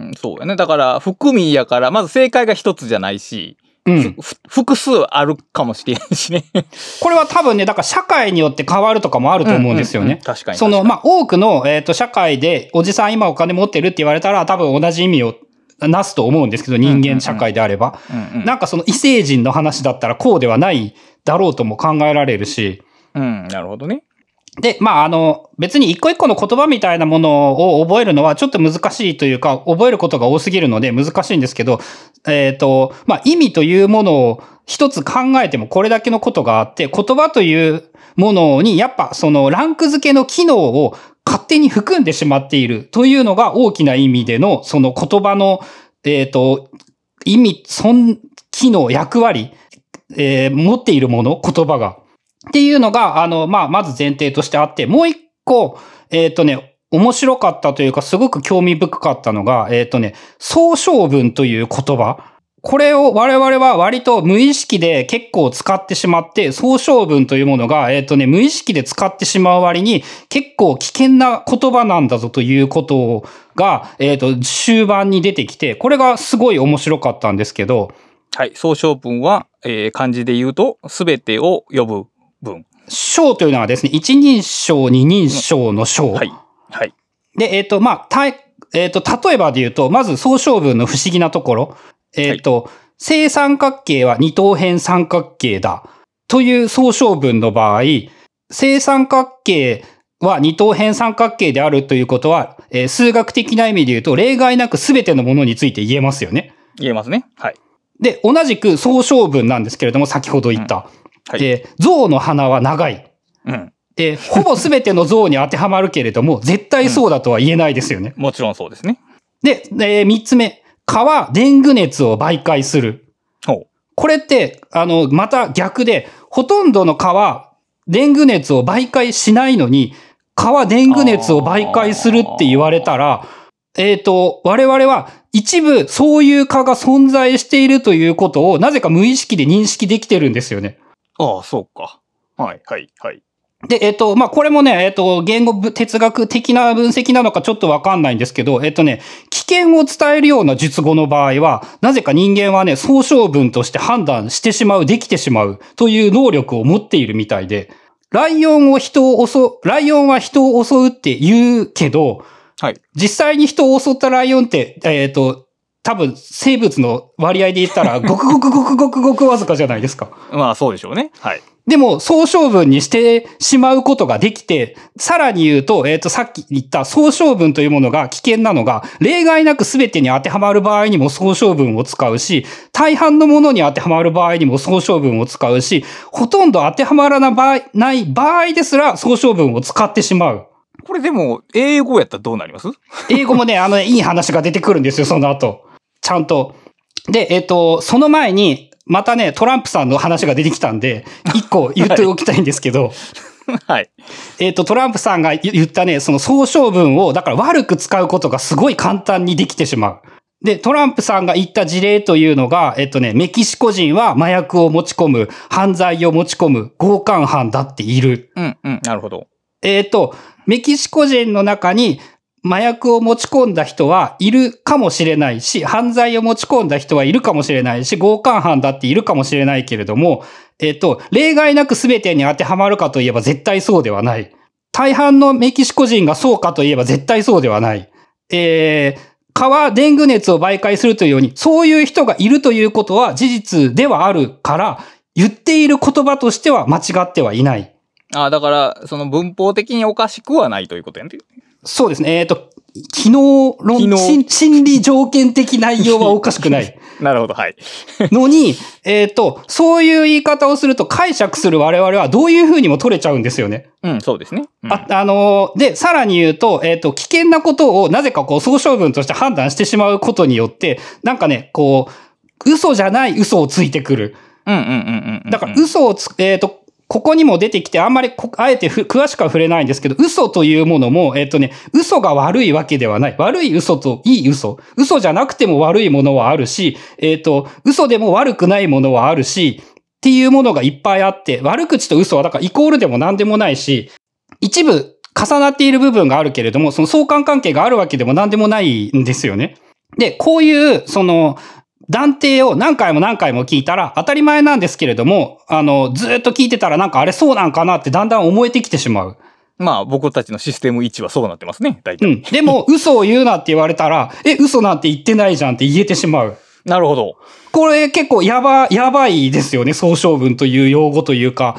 [SPEAKER 2] そうやね。だから、含みやから、まず正解が一つじゃないし、うん、複数あるかもしれないしね。
[SPEAKER 1] これは多分ね、だから社会によって変わるとかもあると思うんですよね。うんうんうん、
[SPEAKER 2] 確かに。
[SPEAKER 1] その、まあ、多くの、えっと、社会で、おじさん今お金持ってるって言われたら、多分同じ意味をなすと思うんですけど、人間社会であれば。うんうんうん、なんかその異星人の話だったらこうではないだろうとも考えられるし。
[SPEAKER 2] うん、なるほどね。
[SPEAKER 1] で、まあ、あの、別に一個一個の言葉みたいなものを覚えるのはちょっと難しいというか、覚えることが多すぎるので難しいんですけど、えっと、まあ、意味というものを一つ考えてもこれだけのことがあって、言葉というものにやっぱそのランク付けの機能を勝手に含んでしまっているというのが大きな意味でのその言葉の、えっと、意味、損、機能、役割、えー、持っているもの、言葉が。っていうのが、あの、まあ、まず前提としてあって、もう一個、えっとね、面白かったというか、すごく興味深かったのが、えっとね、総称文という言葉。これを我々は割と無意識で結構使ってしまって、総称文というものが、えっとね、無意識で使ってしまう割に、結構危険な言葉なんだぞということが、えっと、終盤に出てきて、これがすごい面白かったんですけど。
[SPEAKER 2] はい。総称文は、えー、漢字で言うと、すべてを呼ぶ文。
[SPEAKER 1] 称というのはですね、一人称、二人称の称。
[SPEAKER 2] はい。はい。
[SPEAKER 1] で、えっと、まあ、た、えっと、例えばで言うと、まず総称文の不思議なところ。えっと、はい、正三角形は二等辺三角形だ。という総称文の場合、正三角形は二等辺三角形であるということは、えー、数学的な意味で言うと、例外なく全てのものについて言えますよね。
[SPEAKER 2] 言えますね。はい。
[SPEAKER 1] で、同じく総称文なんですけれども、先ほど言った。うんはい、で、象の鼻は長い。うん。で、ほぼ全ての象に当てはまるけれども、絶対そうだとは言えないですよね。
[SPEAKER 2] うん、もちろんそうですね。
[SPEAKER 1] で、えー、三つ目。蚊はデング熱を媒介する。
[SPEAKER 2] ほう。
[SPEAKER 1] これって、あの、また逆で、ほとんどの蚊はデング熱を媒介しないのに、蚊はデング熱を媒介するって言われたら、えっと、我々は一部そういう蚊が存在しているということをなぜか無意識で認識できてるんですよね。
[SPEAKER 2] ああ、そうか。はい、はい、はい。
[SPEAKER 1] で、えっと、まあ、これもね、えっと、言語哲学的な分析なのかちょっとわかんないんですけど、えっとね、危険を伝えるような述語の場合は、なぜか人間はね、総称文として判断してしまう、できてしまうという能力を持っているみたいで、ライオンを人を襲う、ライオンは人を襲うって言うけど、はい。実際に人を襲ったライオンって、えっと、多分生物の割合で言ったら、ごくごくごくごくごくわずかじゃないですか。
[SPEAKER 2] まあそうでしょうね。はい。
[SPEAKER 1] でも、総称文にしてしまうことができて、さらに言うと、えっと、さっき言った総称文というものが危険なのが、例外なく全てに当てはまる場合にも総称文を使うし、大半のものに当てはまる場合にも総称文を使うし、ほとんど当てはまらない場合ですら総称文を使ってしまう。
[SPEAKER 2] これでも、英語やったらどうなります？
[SPEAKER 1] 英語もね、あの、いい話が出てくるんですよ、その後。ちゃんと。で、えっと、その前に、またね、トランプさんの話が出てきたんで、一個言っておきたいんですけど。
[SPEAKER 2] はい。
[SPEAKER 1] えっと、トランプさんが言ったね、その総称文を、だから悪く使うことがすごい簡単にできてしまう。で、トランプさんが言った事例というのが、えっとね、メキシコ人は麻薬を持ち込む、犯罪を持ち込む、強姦犯だっている。
[SPEAKER 2] うんうん、なるほど。
[SPEAKER 1] えっと、メキシコ人の中に、麻薬を持ち込んだ人はいるかもしれないし、犯罪を持ち込んだ人はいるかもしれないし、強姦犯だっているかもしれないけれども、えっと、例外なく全てに当てはまるかといえば絶対そうではない。大半のメキシコ人がそうかといえば絶対そうではない。えー、蚊はデング熱を媒介するというように、そういう人がいるということは事実ではあるから、言っている言葉としては間違ってはいない。
[SPEAKER 2] ああ、だから、その文法的におかしくはないということやね。
[SPEAKER 1] そうですね。えっと、機能論、心理条件的内容はおかしくない。
[SPEAKER 2] なるほど、はい。
[SPEAKER 1] のに、えっと、そういう言い方をすると解釈する我々はどういう風にも取れちゃうんですよね。
[SPEAKER 2] うん、そうですね。うん、
[SPEAKER 1] あ、あのー、で、さらに言うと、えっと、危険なことをなぜかこう、総称文として判断してしまうことによって、なんかね、こう、嘘じゃない嘘をついてくる。
[SPEAKER 2] うんうんうんうん、うん。
[SPEAKER 1] だから嘘をつ、えっと、ここにも出てきて、あんまりあえて詳しくは触れないんですけど、嘘というものも、えっとね、嘘が悪いわけではない。悪い嘘といい嘘。嘘じゃなくても悪いものはあるし、えっと、嘘でも悪くないものはあるし、っていうものがいっぱいあって、悪口と嘘はだからイコールでも何でもないし、一部重なっている部分があるけれども、その相関関係があるわけでも何でもないんですよね。で、こういう、その、断定を何回も何回も聞いたら当たり前なんですけれども、あの、ずっと聞いてたらなんかあれそうなんかなってだんだん思えてきてしまう。
[SPEAKER 2] まあ僕たちのシステムいちはそうなってますね、大体。
[SPEAKER 1] うん。でも嘘を言うなって言われたら、え、嘘なんて言ってないじゃんって言えてしまう。
[SPEAKER 2] なるほど。
[SPEAKER 1] これ結構やば、やばいですよね、総称文という用語というか。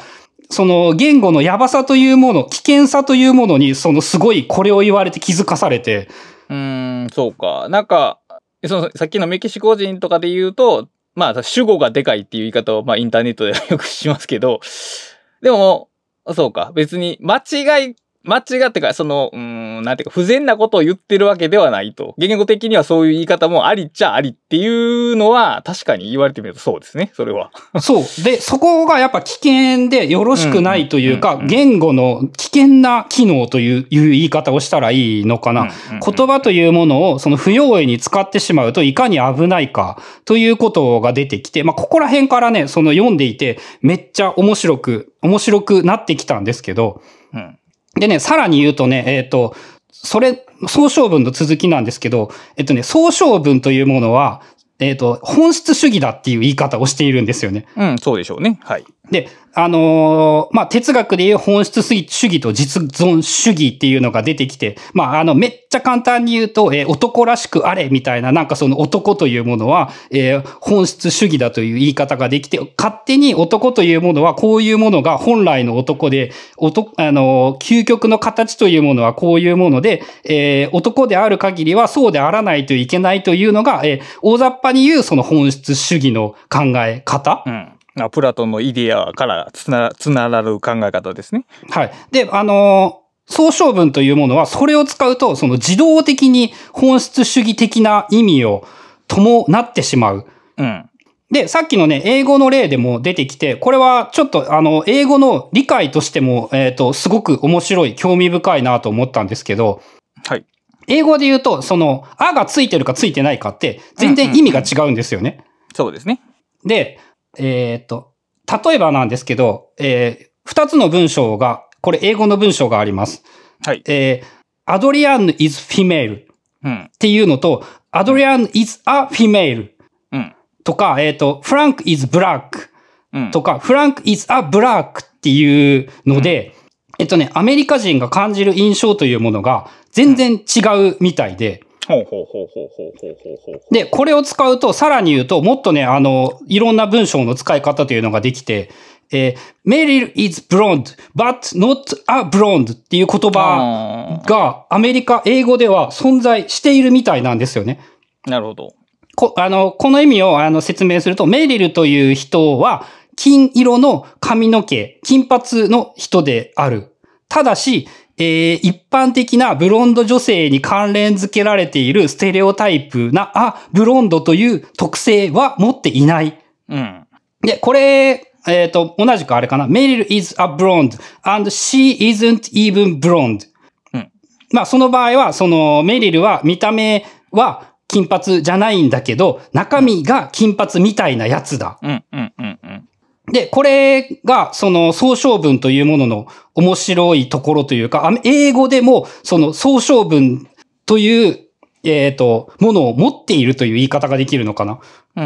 [SPEAKER 1] その言語のやばさというもの、危険さというものに、そのすごいこれを言われて気づかされて。
[SPEAKER 2] うーん、そうか。なんか、そのさっきのメキシコ人とかで言うと、まあ、主語がでかいっていう言い方を、まあ、インターネットではよくしますけど、でも、そうか。別に、間違い、間違ってか、その、うーん、なんていうか、不全なことを言ってるわけではないと。言語的にはそういう言い方もありっちゃありっていうのは、確かに言われてみるとそうですね、それは。
[SPEAKER 1] そう。で、そこがやっぱ危険でよろしくないというか、言語の危険な機能という、いう言い方をしたらいいのかな。言葉というものをその不用意に使ってしまうといかに危ないかということが出てきて、まあ、ここら辺からね、その読んでいて、めっちゃ面白く、面白くなってきたんですけど、
[SPEAKER 2] うん
[SPEAKER 1] でね、さらに言うとね、えっと、それ、総称文の続きなんですけど、えっとね、総称文というものは、えっと、本質主義だっていう言い方をしているんですよね。
[SPEAKER 2] うん、そうでしょうね。はい。
[SPEAKER 1] で、あのーまあ、哲学でいう本質主義と実存主義っていうのが出てきて、まあ、あの、めっちゃ簡単に言うと、えー男らしくあれみたいな、なんかその男というものは、えー本質主義だという言い方ができて、勝手に男というものはこういうものが本来の男で、男、あのー究極の形というものはこういうもので、えー男である限りはそうであらないといけないというのが、えー大雑把に言うその本質主義の考え方。
[SPEAKER 2] うん。プラトンのイデアからつな、つながる考え方ですね。
[SPEAKER 1] はい。で、あのー、総称文というものは、それを使うと、その自動的に本質主義的な意味を伴ってしまう。
[SPEAKER 2] うん。
[SPEAKER 1] で、さっきのね、英語の例でも出てきて、これはちょっと、あの、英語の理解としても、えっと、すごく面白い、興味深いなと思ったんですけど、
[SPEAKER 2] はい。
[SPEAKER 1] 英語で言うと、その、あがついてるかついてないかって、全然意味が違うんですよね。
[SPEAKER 2] そうですね。
[SPEAKER 1] で、えっと、例えばなんですけど、えー、二つの文章が、これ英語の文章があります。
[SPEAKER 2] はい。
[SPEAKER 1] えー、アドリアン is female
[SPEAKER 2] うん。
[SPEAKER 1] っていうのと、アドリアン is a female
[SPEAKER 2] うん。
[SPEAKER 1] とか、えっと、フランク is black
[SPEAKER 2] うん。
[SPEAKER 1] とか、フランク is a black っていうので、えっとね、アメリカ人が感じる印象というものが全然違うみたいで、
[SPEAKER 2] ほうほうほうほうほうほうほうほう。
[SPEAKER 1] で、これを使うと、さらに言うと、もっとね、あの、いろんな文章の使い方というのができて、えー、Meryl is blonde, but not a blonde っていう言葉がアメリカ英語では存在しているみたいなんですよね。
[SPEAKER 2] なるほど。
[SPEAKER 1] こ、あの、この意味をあの説明すると、メリルという人は金色の髪の毛、金髪の人である。ただし、えー、一般的なブロンド女性に関連付けられているステレオタイプな、あ、ブロンドという特性は持っていない。
[SPEAKER 2] うん。
[SPEAKER 1] で、これ、えっと、同じくあれかな。メリル is a blonde and she isn't even blonde。
[SPEAKER 2] うん。
[SPEAKER 1] まあ、その場合は、その、メリルは見た目は金髪じゃないんだけど、中身が金髪みたいなやつだ。
[SPEAKER 2] うん、うん、うん、うん。
[SPEAKER 1] で、これが、その、総称文というものの面白いところというか、英語でも、その、総称文という、えっと、ものを持っているという言い方ができるのかな。
[SPEAKER 2] うん、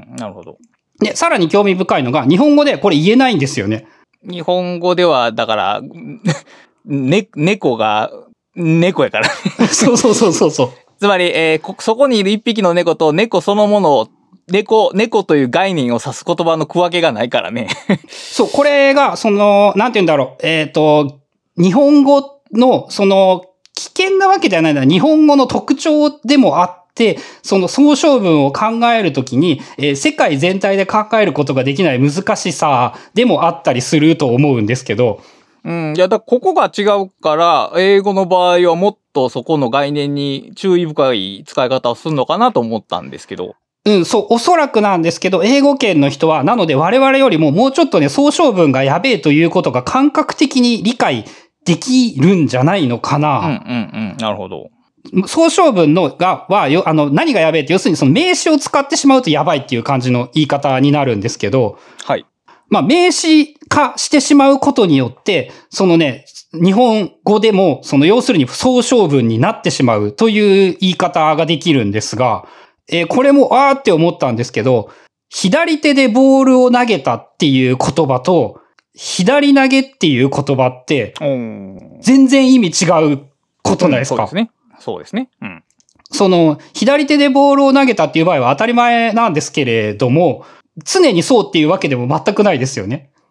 [SPEAKER 2] なるほど。
[SPEAKER 1] で、さらに興味深いのが、日本語でこれ言えないんですよね。
[SPEAKER 2] 日本語では、だから、ね、猫が、猫やから。
[SPEAKER 1] そうそうそうそうそう。
[SPEAKER 2] つまり、えーこ、そこにいる一匹の猫と猫そのものを、猫、猫という概念を指す言葉の区分けがないからね。
[SPEAKER 1] そう、これが、その、なんて言うんだろう。えっと、日本語の、その、危険なわけではないんだ。日本語の特徴でもあって、その総称文を考えるときに、えー世界全体で考えることができない難しさでもあったりすると思うんですけど。
[SPEAKER 2] うん。いや、だここが違うから、英語の場合はもっとそこの概念に注意深い使い方をするのかなと思ったんですけど。
[SPEAKER 1] うん、そう、おそらくなんですけど、英語圏の人は、なので我々よりももうちょっとね、総称文がやべえということが感覚的に理解できるんじゃないのかな。
[SPEAKER 2] うんうんうん。なるほど。
[SPEAKER 1] 総称文のが、は、よ、あの、何がやべえって、要するにその名詞を使ってしまうとやばいっていう感じの言い方になるんですけど、
[SPEAKER 2] はい。
[SPEAKER 1] まあ、名詞化してしまうことによって、そのね、日本語でも、その要するに総称文になってしまうという言い方ができるんですが、えーこれもあーって思ったんですけど、左手でボールを投げたっていう言葉と、左投げっていう言葉って、全然意味違うことないですか、
[SPEAKER 2] うん、そうですね。そうですね。うん。
[SPEAKER 1] その、左手でボールを投げたっていう場合は当たり前なんですけれども、常にそうっていうわけでも全くないですよね。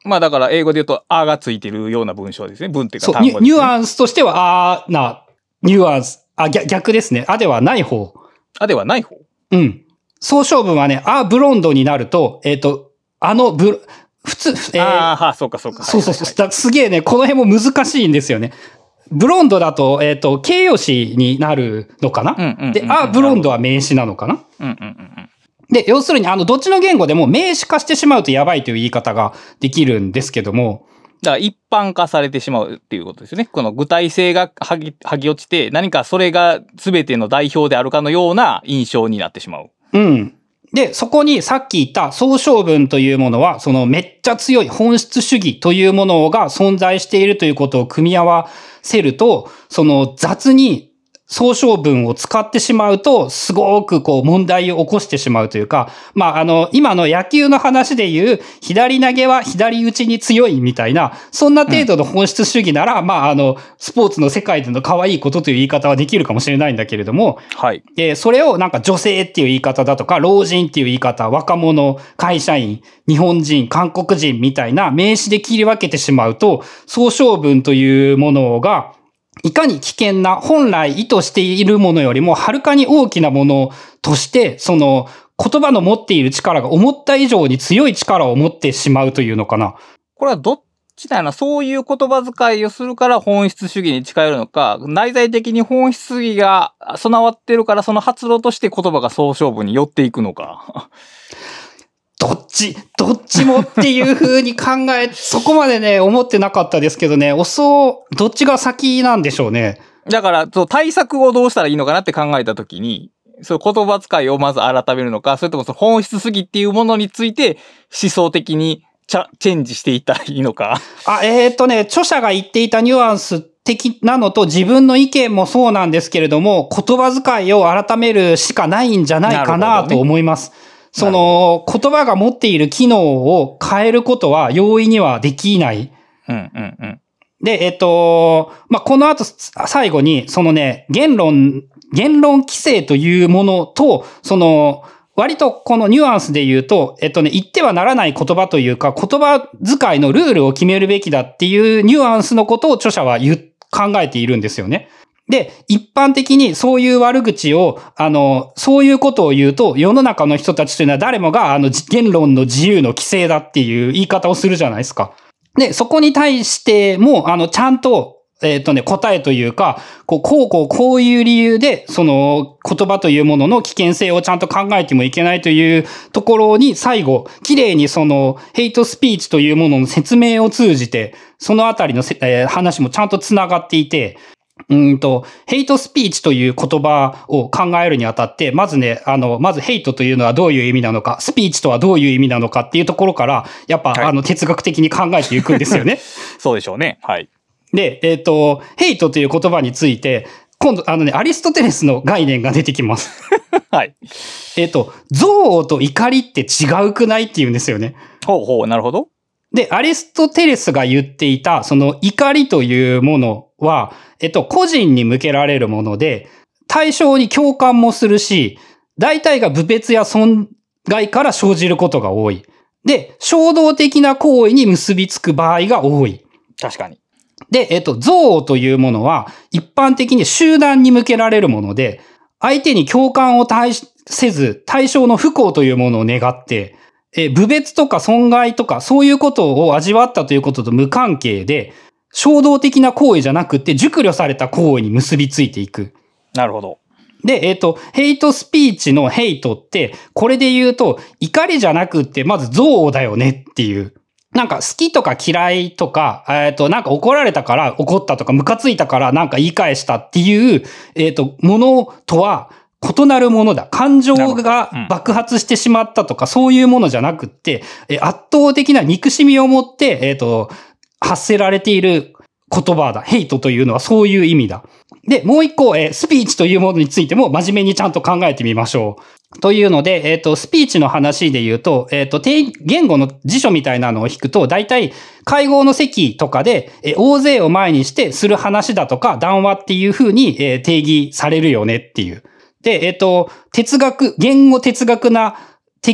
[SPEAKER 2] まあだから英語で言うと、あがついてるような文章ですね。文っていうか
[SPEAKER 1] そう、
[SPEAKER 2] 単語ですね。
[SPEAKER 1] ニュアンスとしては、あーな、ニュアンス、あ、逆逆ですね。あではない方。
[SPEAKER 2] あではない方。
[SPEAKER 1] うん。総称文はね、あブロンドになると、えっ、と、あのブ、普通、えー、
[SPEAKER 2] ああ、はあ、そうかそうか。
[SPEAKER 1] そうそうそう。だすげえね、この辺も難しいんですよね。ブロンドだと、えっ、と、形容詞になるのかな、
[SPEAKER 2] うんうんうんうん、
[SPEAKER 1] で、あブロンドは名詞なのかな、
[SPEAKER 2] うんうんうんうん。
[SPEAKER 1] で、要するに、あの、どっちの言語でも名詞化してしまうとやばいという言い方ができるんですけども。
[SPEAKER 2] だから一般化されてしまうっていうことですよね。この具体性がはぎ、はぎ落ちて、何かそれが全ての代表であるかのような印象になってしまう。
[SPEAKER 1] うん。で、そこにさっき言った総称文というものは、そのめっちゃ強い本質主義というものが存在しているということを組み合わせると、その雑に総称文を使ってしまうと、すごくこう問題を起こしてしまうというか、まあ、あの、今の野球の話で言う、左投げは左打ちに強いみたいな、そんな程度の本質主義なら、うん、まあ、あの、スポーツの世界での可愛いことという言い方はできるかもしれないんだけれども、
[SPEAKER 2] はい。
[SPEAKER 1] で、それをなんか女性っていう言い方だとか、老人っていう言い方、若者、会社員、日本人、韓国人みたいな名詞で切り分けてしまうと、総称文というものが、いかに危険な本来意図しているものよりもはるかに大きなものとして、その言葉の持っている力が思った以上に強い力を持ってしまうというのかな。
[SPEAKER 2] これはどっちだよな、そういう言葉遣いをするから本質主義に近寄るのか、内在的に本質主義が備わってるからその発露として言葉が総称文に寄っていくのか。
[SPEAKER 1] どっち、どっちもっていう風に考え、そこまでね、思ってなかったですけどね、おそう、どっちが先なんでしょうね。
[SPEAKER 2] だから、そう対策をどうしたらいいのかなって考えたときに、そう言葉遣いをまず改めるのか、それともその本質主義っていうものについて思想的にチャチェンジしていったらいいのか。
[SPEAKER 1] あ、えっとね、著者が言っていたニュアンス的なのと自分の意見もそうなんですけれども、言葉遣いを改めるしかないんじゃないかなと思います。その言葉が持っている機能を変えることは容易にはできない。
[SPEAKER 2] うんうんうん。
[SPEAKER 1] で、えっと、まあ、この後最後に、そのね、言論、言論規制というものと、その、割とこのニュアンスで言うと、えっとね、言ってはならない言葉というか、言葉遣いのルールを決めるべきだっていうニュアンスのことを著者は言う、考えているんですよね。で、一般的にそういう悪口を、あの、そういうことを言うと、世の中の人たちというのは誰もが、あの、言論の自由の規制だっていう言い方をするじゃないですか。で、そこに対しても、あの、ちゃんと、えっとね、答えというか、こう、こう、こう、こういう理由で、その、言葉というものの危険性をちゃんと考えてもいけないというところに、最後、綺麗にその、ヘイトスピーチというものの説明を通じて、そのあたりの、えー、話もちゃんとつながっていて、うんと、ヘイトスピーチという言葉を考えるにあたって、まずね、あの、まずヘイトというのはどういう意味なのか、スピーチとはどういう意味なのかっていうところから、やっぱ、はい、あの、哲学的に考えていくんですよね。
[SPEAKER 2] そうでしょうね。はい。
[SPEAKER 1] で、えっと、ヘイトという言葉について、今度、あのね、アリストテレスの概念が出てきます。
[SPEAKER 2] はい。
[SPEAKER 1] えっと、憎悪と怒りって違うくないって言うんですよね。
[SPEAKER 2] ほうほう、なるほど。
[SPEAKER 1] で、アリストテレスが言っていた、その怒りというものは、えっと、個人に向けられるもので、対象に共感もするし、大体が侮蔑や損害から生じることが多い。で、衝動的な行為に結びつく場合が多い。
[SPEAKER 2] 確かに。
[SPEAKER 1] で、えっと、憎悪というものは、一般的に集団に向けられるもので、相手に共感を対せず、対象の不幸というものを願って、え、侮蔑とか損害とかそういうことを味わったということと無関係で、衝動的な行為じゃなくて熟慮された行為に結びついていく。
[SPEAKER 2] なるほど。
[SPEAKER 1] で、えっと、ヘイトスピーチのヘイトって、これで言うと、怒りじゃなくって、まず憎悪だよねっていう。なんか好きとか嫌いとか、えっと、なんか怒られたから怒ったとか、ムカついたからなんか言い返したっていう、えっと、ものとは、異なるものだ。感情が爆発してしまったとか、そういうものじゃなくって、圧倒的な憎しみを持って、えっと、発せられている言葉だ。ヘイトというのはそういう意味だ。で、もう一個、えスピーチというものについても真面目にちゃんと考えてみましょう。というので、えっと、スピーチの話で言うと、えっと、言語の辞書みたいなのを引くと、大体、会合の席とかで、え大勢を前にしてする話だとか、談話っていう風に、え定義されるよねっていう。で、えっと、哲学、言語哲学な、的な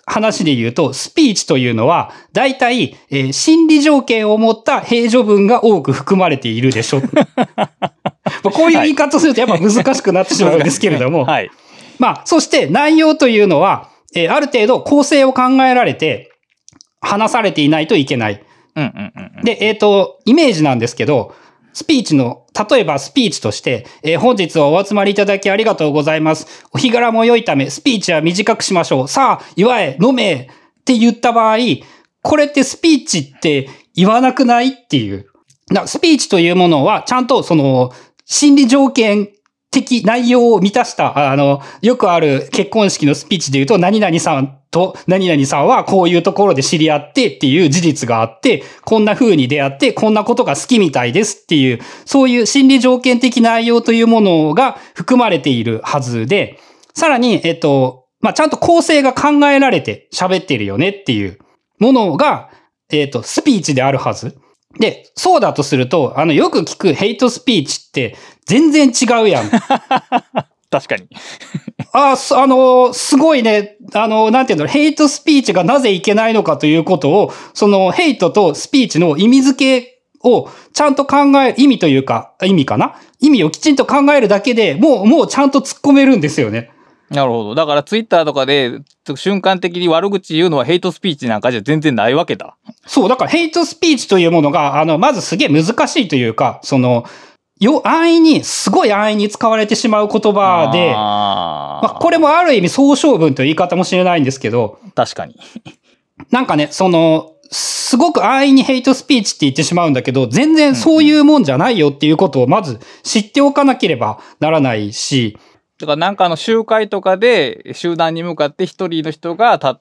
[SPEAKER 1] 話で言うと、スピーチというのは、大体、えー、心理条件を持った平序文が多く含まれているでしょ。こういう言い方するとやっぱ難しくなってしまうんですけれども。
[SPEAKER 2] はい。
[SPEAKER 1] まあ、そして内容というのは、えー、ある程度構成を考えられて、話されていないといけない。
[SPEAKER 2] うんうんうんうん、
[SPEAKER 1] で、えっと、イメージなんですけど、スピーチの、例えばスピーチとして、えー、本日はお集まりいただきありがとうございます。お日柄も良いため、スピーチは短くしましょう。さあ、祝え、飲め、って言った場合、これってスピーチって言わなくないっていう。スピーチというものは、ちゃんとその、心理条件的内容を満たした、あの、よくある結婚式のスピーチで言うと、何々さんと何々さんはこういうところで知り合ってっていう事実があって、こんな風に出会って、こんなことが好きみたいですっていう、そういう心理条件的内容というものが含まれているはずで、さらに、えっと、まあ、ちゃんと構成が考えられて喋ってるよねっていうものが、えっと、スピーチであるはず。で、そうだとすると、あの、よく聞くヘイトスピーチって全然違うやん。
[SPEAKER 2] 確かに。
[SPEAKER 1] あ、あの、すごいね、あの、なんていうの、ヘイトスピーチがなぜいけないのかということを、そのヘイトとスピーチの意味付けをちゃんと考え、意味というか、意味かな？意味をきちんと考えるだけでもう、もうちゃんと突っ込めるんですよね。
[SPEAKER 2] なるほど。だからツイッターとかで瞬間的に悪口言うのはヘイトスピーチなんかじゃ全然ないわけだ。
[SPEAKER 1] そう、だからヘイトスピーチというものが、あの、まずすげえ難しいというか、その、よ、安易に、すごい安易に使われてしまう言葉で、あまあ、これもある意味総称文という言い方もしれないんですけど、
[SPEAKER 2] 確かに。
[SPEAKER 1] なんかね、その、すごく安易にヘイトスピーチって言ってしまうんだけど、全然そういうもんじゃないよっていうことをまず知っておかなければならないし、
[SPEAKER 2] だからなんかの集会とかで集団に向かって一人の人が立って、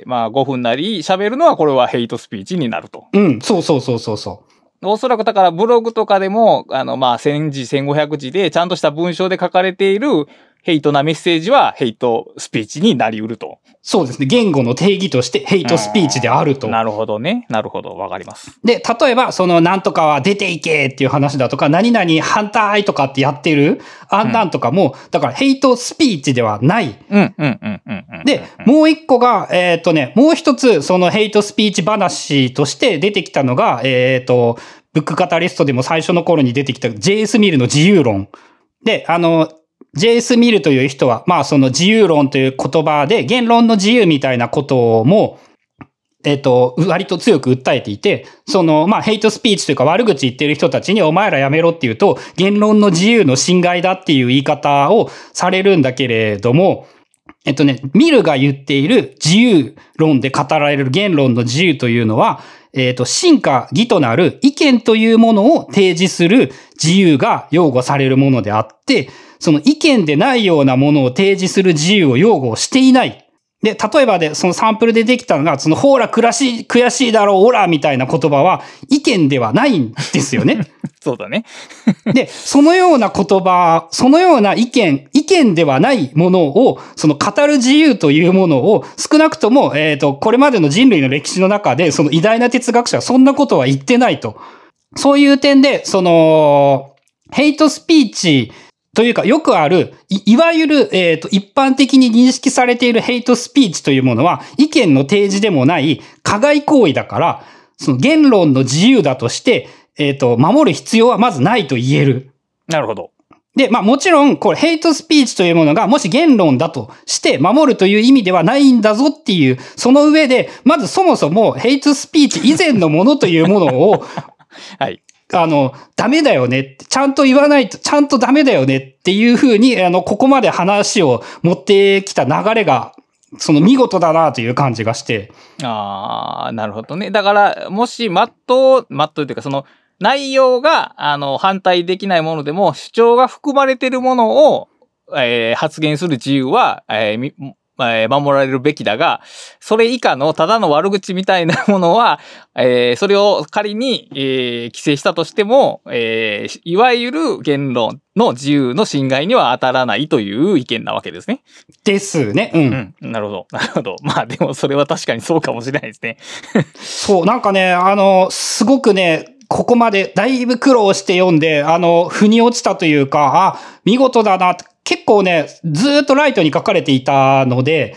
[SPEAKER 2] まあごふんなり喋るのはこれはヘイトスピーチになると。
[SPEAKER 1] うん、そうそうそうそうそう。
[SPEAKER 2] おそらくだからブログとかでも、あのまあせんじ、せんごひゃくじでちゃんとした文章で書かれているヘイトなメッセージはヘイトスピーチになり得ると。
[SPEAKER 1] そうですね。言語の定義としてヘイトスピーチであると。
[SPEAKER 2] なるほどね。なるほど。わかります。
[SPEAKER 1] で、例えば、そのなんとかは出ていけっていう話だとか、何々反対とかってやってるあんなんとかも、うん、だからヘイトスピーチではない。
[SPEAKER 2] うんうんうんうんうん。
[SPEAKER 1] で、もう一個が、えっとね、もう一つ、そのヘイトスピーチ話として出てきたのが、えっと、ブックカタリストでも最初の頃に出てきた ジェイエス ミルの自由論。で、あの、ジェイエス ミルという人は、まあその自由論という言葉で言論の自由みたいなことも、えっと、割と強く訴えていて、その、まあヘイトスピーチというか悪口言ってる人たちにお前らやめろって言うと、言論の自由の侵害だっていう言い方をされるんだけれども、えっとね、ミルが言っている自由論で語られる言論の自由というのは、えっと、真か義となる意見というものを提示する自由が擁護されるものであって、その意見でないようなものを提示する自由を擁護していない。で、例えばで、そのサンプルでできたのが、その、ほーら、悔しい、悔しいだろう、オラ、みたいな言葉は、意見ではないんですよね。
[SPEAKER 2] そうだね。
[SPEAKER 1] で、そのような言葉、そのような意見、意見ではないものを、その語る自由というものを、少なくとも、えっと、これまでの人類の歴史の中で、その偉大な哲学者はそんなことは言ってないと。そういう点で、その、ヘイトスピーチ、というか、よくある、い、いわゆる、えっと、一般的に認識されているヘイトスピーチというものは、意見の提示でもない加害行為だから、その言論の自由だとして、えっと、守る必要はまずないと言える。
[SPEAKER 2] なるほど。
[SPEAKER 1] で、まあもちろん、これ、ヘイトスピーチというものが、もし言論だとして守るという意味ではないんだぞっていう、その上で、まずそもそも、ヘイトスピーチ以前のものというものを、
[SPEAKER 2] はい。
[SPEAKER 1] あの、ダメだよねって、ちゃんと言わないと、ちゃんとダメだよねっていうふうに、あの、ここまで話を持ってきた流れが、その見事だなという感じがして。
[SPEAKER 2] ああ、なるほどね。だから、もし、マット、マットというか、その、内容が、あの、反対できないものでも、主張が含まれているものを、えー、発言する自由は、えーえー、守られるべきだが、それ以下のただの悪口みたいなものは、えー、それを仮に、えー、規制したとしても、えー、いわゆる言論の自由の侵害には当たらないという意見なわけですね。
[SPEAKER 1] ですね。うん。
[SPEAKER 2] うん。なるほど。なるほど。まあでもそれは確かにそうかもしれないですね。
[SPEAKER 1] そう、なんかね、あの、すごくね、ここまでだいぶ苦労して読んで、あの、腑に落ちたというか、あ、見事だな。結構ね、ずーっとライトに書かれていたので、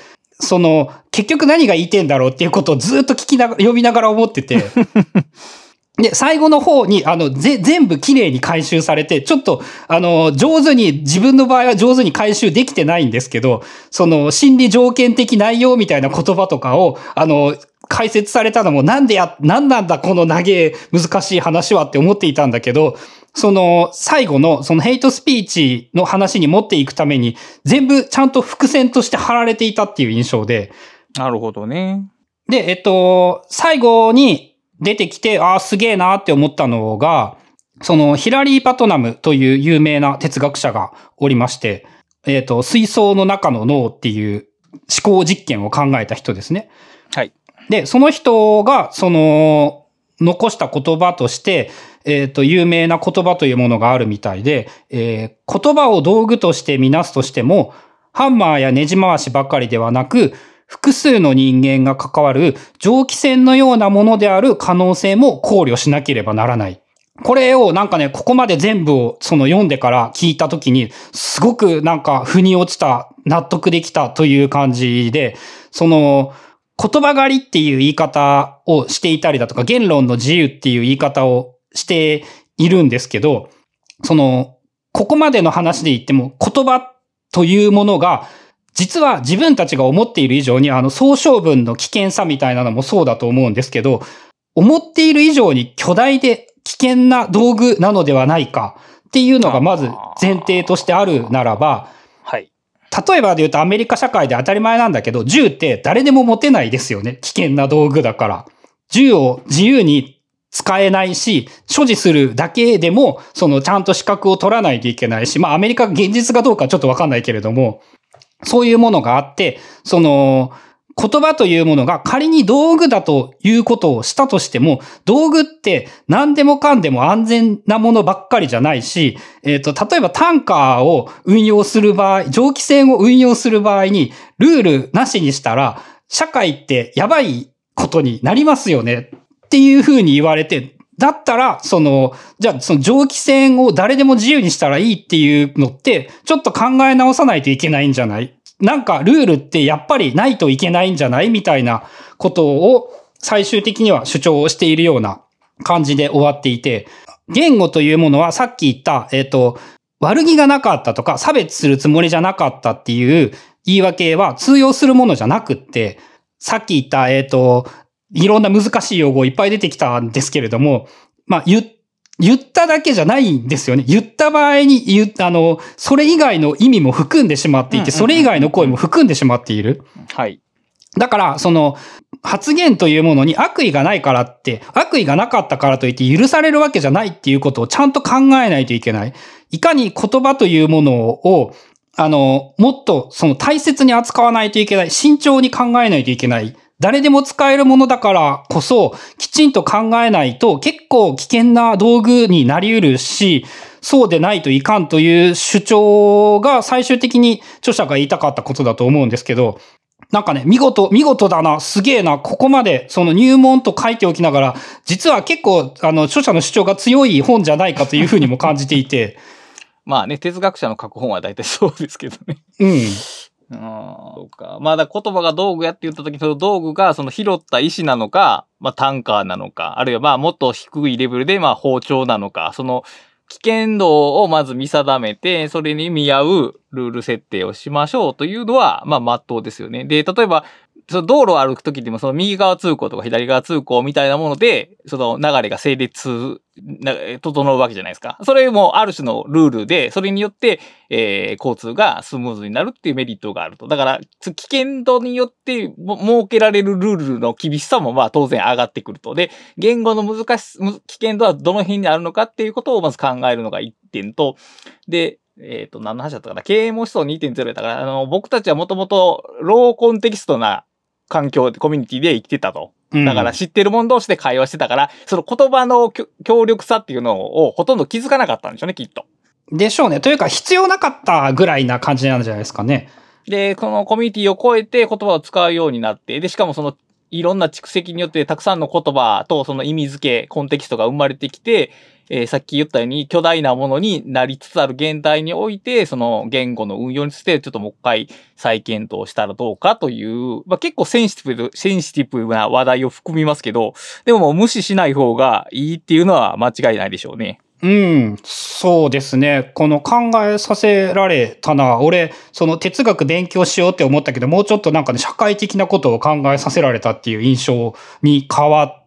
[SPEAKER 1] その、結局何が言いてんだろうっていうことをずっと聞きながら、読みながら思ってて、で、最後の方に、あの、ぜ、全部綺麗に回収されて、ちょっと、あの、上手に、自分の場合は上手に回収できてないんですけど、その、心理条件的内容みたいな言葉とかを、あの、解説されたのも、なんでや、なんなんだ、この長え、難しい話はって思っていたんだけど、その、最後の、そのヘイトスピーチの話に持っていくために、全部ちゃんと伏線として貼られていたっていう印象で。
[SPEAKER 2] なるほどね。
[SPEAKER 1] で、えっと、最後に、出てきて、ああ、すげえなって思ったのが、そのヒラリー・パトナムという有名な哲学者がおりまして、えっと、水槽の中の脳っていう思考実験を考えた人ですね。
[SPEAKER 2] はい。
[SPEAKER 1] で、その人が、その、残した言葉として、えっと、有名な言葉というものがあるみたいで、えー、言葉を道具としてみなすとしても、ハンマーやネジ回しばかりではなく、複数の人間が関わる蒸気船のようなものである可能性も考慮しなければならない。これをなんかね、ここまで全部をその読んでから聞いたときに、すごくなんか腑に落ちた、納得できたという感じで、その言葉狩りっていう言い方をしていたりだとか、言論の自由っていう言い方をしているんですけど、その、ここまでの話で言っても言葉というものが、実は自分たちが思っている以上に、あの、総称文の危険さみたいなのもそうだと思うんですけど、思っている以上に巨大で危険な道具なのではないかっていうのがまず前提としてあるならば、
[SPEAKER 2] はい。
[SPEAKER 1] 例えばで言うとアメリカ社会で当たり前なんだけど、銃って誰でも持てないですよね。危険な道具だから。銃を自由に使えないし、所持するだけでも、そのちゃんと資格を取らないといけないし、まあアメリカ現実かどうかちょっとわかんないけれども、そういうものがあって、その、言葉というものが仮に道具だということをしたとしても、道具って何でもかんでも安全なものばっかりじゃないし、えっと、例えばタンカーを運用する場合、蒸気船を運用する場合に、ルールなしにしたら、社会ってやばいことになりますよねっていうふうに言われて、だったら、その、じゃあ、その蒸気船を誰でも自由にしたらいいっていうのって、ちょっと考え直さないといけないんじゃない？なんか、ルールってやっぱりないといけないんじゃないみたいなことを最終的には主張をしているような感じで終わっていて、言語というものはさっき言った、えっと、悪気がなかったとか、差別するつもりじゃなかったっていう言い訳は通用するものじゃなくって、さっき言った、えっと、いろんな難しい用語いっぱい出てきたんですけれども、まあ、言、言っただけじゃないんですよね。言った場合に言った、あの、それ以外の意味も含んでしまっていて、それ以外の声も含んでしまっている。
[SPEAKER 2] はい。
[SPEAKER 1] だから、その、発言というものに悪意がないからって、悪意がなかったからといって許されるわけじゃないっていうことをちゃんと考えないといけない。いかに言葉というものを、あの、もっとその大切に扱わないといけない。慎重に考えないといけない。誰でも使えるものだからこそ、きちんと考えないと結構危険な道具になり得るし、そうでないといかんという主張が最終的に著者が言いたかったことだと思うんですけど、なんかね、見事、見事だな、すげえな、ここまで、その入門と書いておきながら、実は結構、あの、著者の主張が強い本じゃないかというふうにも感じていて。
[SPEAKER 2] まあね、哲学者の書く本は大体そうですけどね。
[SPEAKER 1] うん。
[SPEAKER 2] うん、そうか。まあだ言葉が道具やって言った時に、その道具がその拾った石なのか、まあタンカーなのか、あるいはまあもっと低いレベルでまあ包丁なのか、その危険度をまず見定めて、それに見合うルール設定をしましょうというのは、まあ真っ当ですよね。で、例えば、その道路を歩くときでも、その右側通行とか左側通行みたいなもので、その流れが成立、整うわけじゃないですか。それもある種のルールで、それによって、えー、交通がスムーズになるっていうメリットがあると。だから、危険度によって設けられるルールの厳しさもまあ当然上がってくると。で、言語の難し、危険度はどの辺にあるのかっていうことをまず考えるのが一点と、で、えっと、何の話だったかな、経営模試層 にてんゼロ やったから、あの、僕たちはもともとローコンテキストな環境、コミュニティで生きてたと。だから知ってる者同士で会話してたから、うん、その言葉の強力さっていうのをほとんど気づかなかったんでしょうね、きっと。
[SPEAKER 1] でしょうね。というか必要なかったぐらいな感じなんじゃないですかね。
[SPEAKER 2] で、このコミュニティを超えて言葉を使うようになって、で、しかもそのいろんな蓄積によってたくさんの言葉とその意味付け、コンテキストが生まれてきて、 えー、さっき言ったように巨大なものになりつつある現代において、その言語の運用についてちょっともう一回再検討したらどうかという、まあ、結構センシティブ、センシティブな話題を含みますけど、でももう無視しない方がいいっていうのは間違いないでしょうね。
[SPEAKER 1] うん、そうですね。この考えさせられたな。俺、その哲学勉強しようって思ったけど、もうちょっとなんかね、社会的なことを考えさせられたっていう印象に変わって、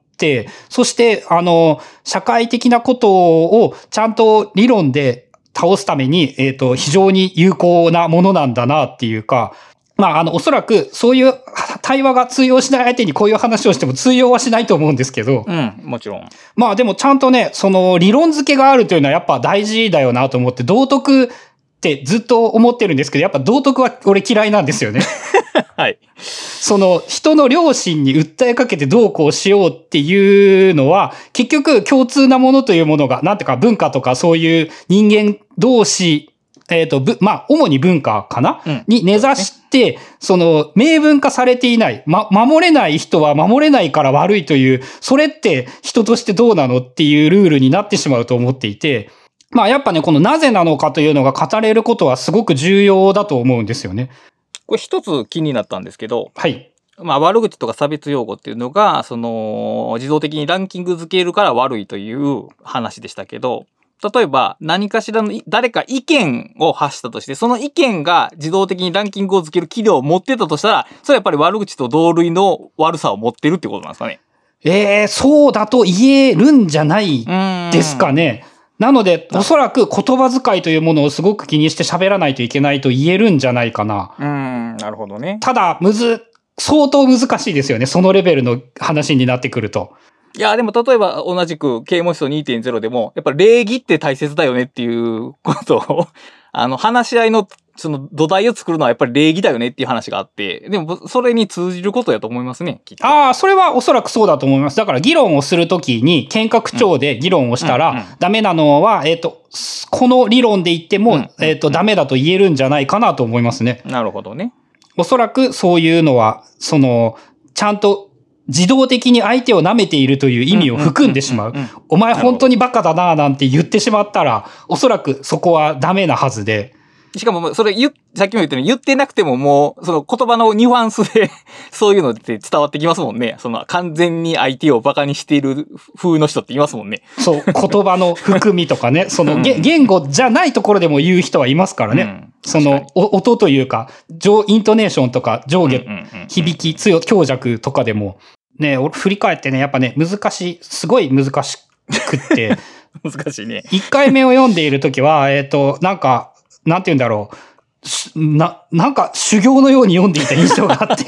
[SPEAKER 1] そして、あの、社会的なことをちゃんと理論で倒すために、えっと、非常に有効なものなんだなっていうか、まあ、あの、おそらく、そういう対話が通用しない相手にこういう話をしても通用はしないと思うんですけど。
[SPEAKER 2] うん、もちろん。
[SPEAKER 1] まあでもちゃんとね、その理論付けがあるというのはやっぱ大事だよなと思って、道徳ってずっと思ってるんですけど、やっぱ道徳は俺嫌いなんですよね。
[SPEAKER 2] はい。
[SPEAKER 1] その人の良心に訴えかけてどうこうしようっていうのは、結局共通なものというものが、なんていうか文化とかそういう人間同士、えっと、まあ、主に文化かな、うん、に根ざして、その、明文化されていない、ま、守れない人は守れないから悪いという、それって人としてどうなのっていうルールになってしまうと思っていて、まあ、やっぱね、このなぜなのかというのが語れることはすごく重要だと思うんですよね。
[SPEAKER 2] これ一つ気になったんですけど、
[SPEAKER 1] はい。
[SPEAKER 2] まあ、悪口とか差別用語っていうのが、その、自動的にランキング付けるから悪いという話でしたけど、例えば何かしらの誰か意見を発したとして、その意見が自動的にランキングをつける機能を持ってたとしたら、それはやっぱり悪口と同類の悪さを持ってるってことなんですかね。
[SPEAKER 1] ええー、そうだと言えるんじゃないですかね。なので、おそらく言葉遣いというものをすごく気にして喋らないといけないと言えるんじゃないかな。
[SPEAKER 2] うーん、なるほどね。
[SPEAKER 1] ただ、むず、相当難しいですよね。そのレベルの話になってくると。
[SPEAKER 2] いや、でも例えば同じく啓蒙思想 にてんゼロ でも、やっぱ礼儀って大切だよねっていうことを、あの、話し合いのその土台を作るのはやっぱり礼儀だよねっていう話があって、でもそれに通じることやと思いますね、きっと。
[SPEAKER 1] ああ、それはおそらくそうだと思います。だから議論をするときに、見学長で議論をしたら、うんうんうん、ダメなのは、えっと、この理論で言っても、うんうんうん、えっと、ダメだと言えるんじゃないかなと思いますね。
[SPEAKER 2] なるほどね。
[SPEAKER 1] おそらくそういうのは、その、ちゃんと、自動的に相手を舐めているという意味を含んでしまう。お前本当にバカだなぁなんて言ってしまったら、おそらくそこはダメなはずで。
[SPEAKER 2] しかも、それ言、さっきも言ったように言ってなくてももう、その言葉のニュアンスで、そういうのって伝わってきますもんね。その完全に相手をバカにしている風の人っていますもんね。
[SPEAKER 1] そう、言葉の含みとかね、その、うん、言語じゃないところでも言う人はいますからね。うん、その、音というか、上、イントネーションとか上下、響き、強、強弱とかでも、ね、俺振り返ってね、やっぱね、難しい、すごい難しくって。
[SPEAKER 2] 難しいね。
[SPEAKER 1] 一回目を読んでいるときは、えっと、なんか、なんて言うんだろう。な、なんか修行のように読んでいた印象があって。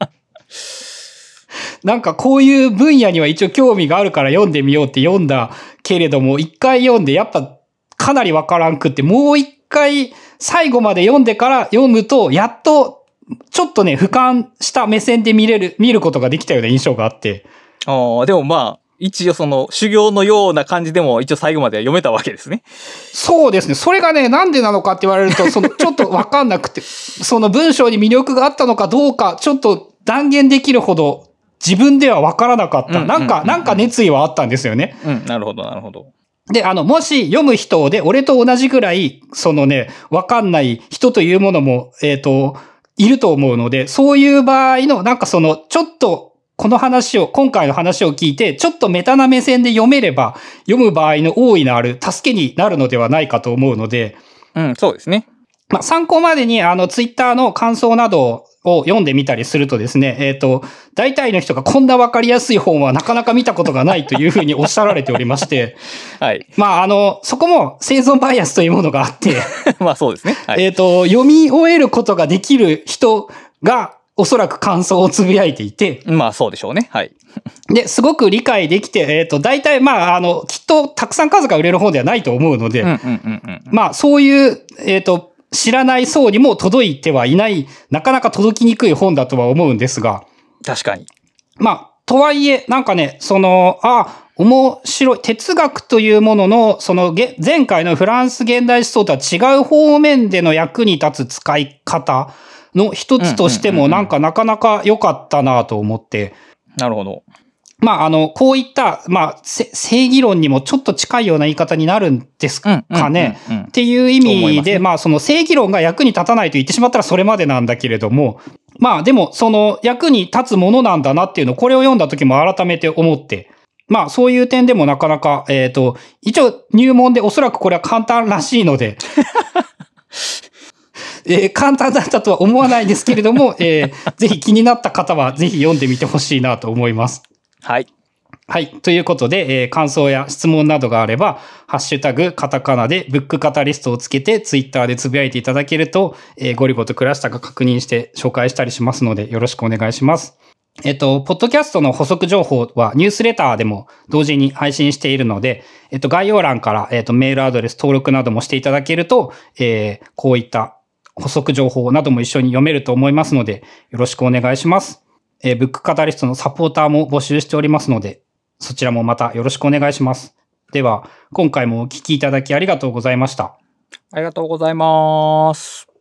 [SPEAKER 1] なんかこういう分野には一応興味があるから読んでみようって読んだけれども、一回読んでやっぱかなりわからんくって、もう一回最後まで読んでから読むと、やっと、ちょっとね、俯瞰した目線で見れる、見ることができたような印象があって。
[SPEAKER 2] ああ、でもまあ、一応その修行のような感じでも一応最後まで読めたわけですね。
[SPEAKER 1] そうですね。それがね、なんでなのかって言われると、その、ちょっとわかんなくて、その文章に魅力があったのかどうか、ちょっと断言できるほど自分ではわからなかった。なんか、なんか熱意はあったんですよね。
[SPEAKER 2] うん、なるほど、なるほど。
[SPEAKER 1] で、あの、もし読む人で、俺と同じぐらい、そのね、わかんない人というものも、えっと、いると思うので、そういう場合の、なんかその、ちょっと、この話を、今回の話を聞いて、ちょっとメタな目線で読めれば、読む場合の大いなる助けになるのではないかと思うので。
[SPEAKER 2] うん、そうですね。
[SPEAKER 1] まあ、参考までに、あの、ツイッターの感想などを読んでみたりするとですね、えっと、大体の人がこんなわかりやすい本はなかなか見たことがないというふうにおっしゃられておりまして。
[SPEAKER 2] はい。
[SPEAKER 1] まあ、あの、そこも生存バイアスというものがあって。
[SPEAKER 2] まあ、そうですね。はい、
[SPEAKER 1] えっと、読み終えることができる人が、おそらく感想をつぶやいていて。
[SPEAKER 2] まあそうでしょうね。はい。
[SPEAKER 1] で、すごく理解できて、えっと、大体、まあ、あの、きっとたくさん数が売れる本ではないと思うので、まあ、そういう、えっと、知らない層にも届いてはいない、なかなか届きにくい本だとは思うんですが。
[SPEAKER 2] 確かに。
[SPEAKER 1] まあ、とはいえ、なんかね、その、あ、面白い。哲学というものの、その、前回のフランス現代思想とは違う方面での役に立つ使い方の一つとしてもなんかなかなか良かったなと思って。
[SPEAKER 2] なるほど。
[SPEAKER 1] まあ、あの、こういった、まあ、正義論にもちょっと近いような言い方になるんですかね。っていう意味で、まあ、その正義論が役に立たないと言ってしまったらそれまでなんだけれども、まあ、でも、その役に立つものなんだなっていうのを、これを読んだ時も改めて思って、まあ、そういう点でもなかなか、えっと、一応入門でおそらくこれは簡単らしいので、えー、簡単だったとは思わないですけれども、えー、ぜひ気になった方はぜひ読んでみてほしいなと思います。
[SPEAKER 2] はい。
[SPEAKER 1] はい。ということで、えー、感想や質問などがあれば、ハッシュタグ、カタカナでブックカタリストをつけて、ツイッターでつぶやいていただけると、えー、ゴリボとクラシタが確認して紹介したりしますので、よろしくお願いします。えっと、ポッドキャストの補足情報はニュースレターでも同時に配信しているので、えっと、概要欄から、えっと、メールアドレス登録などもしていただけると、えー、こういった補足情報なども一緒に読めると思いますので、よろしくお願いします。えー、ブックカタリストのサポーターも募集しておりますので、そちらもまたよろしくお願いします。では、今回もお聞きいただきありがとうございました。
[SPEAKER 2] ありがとうございます。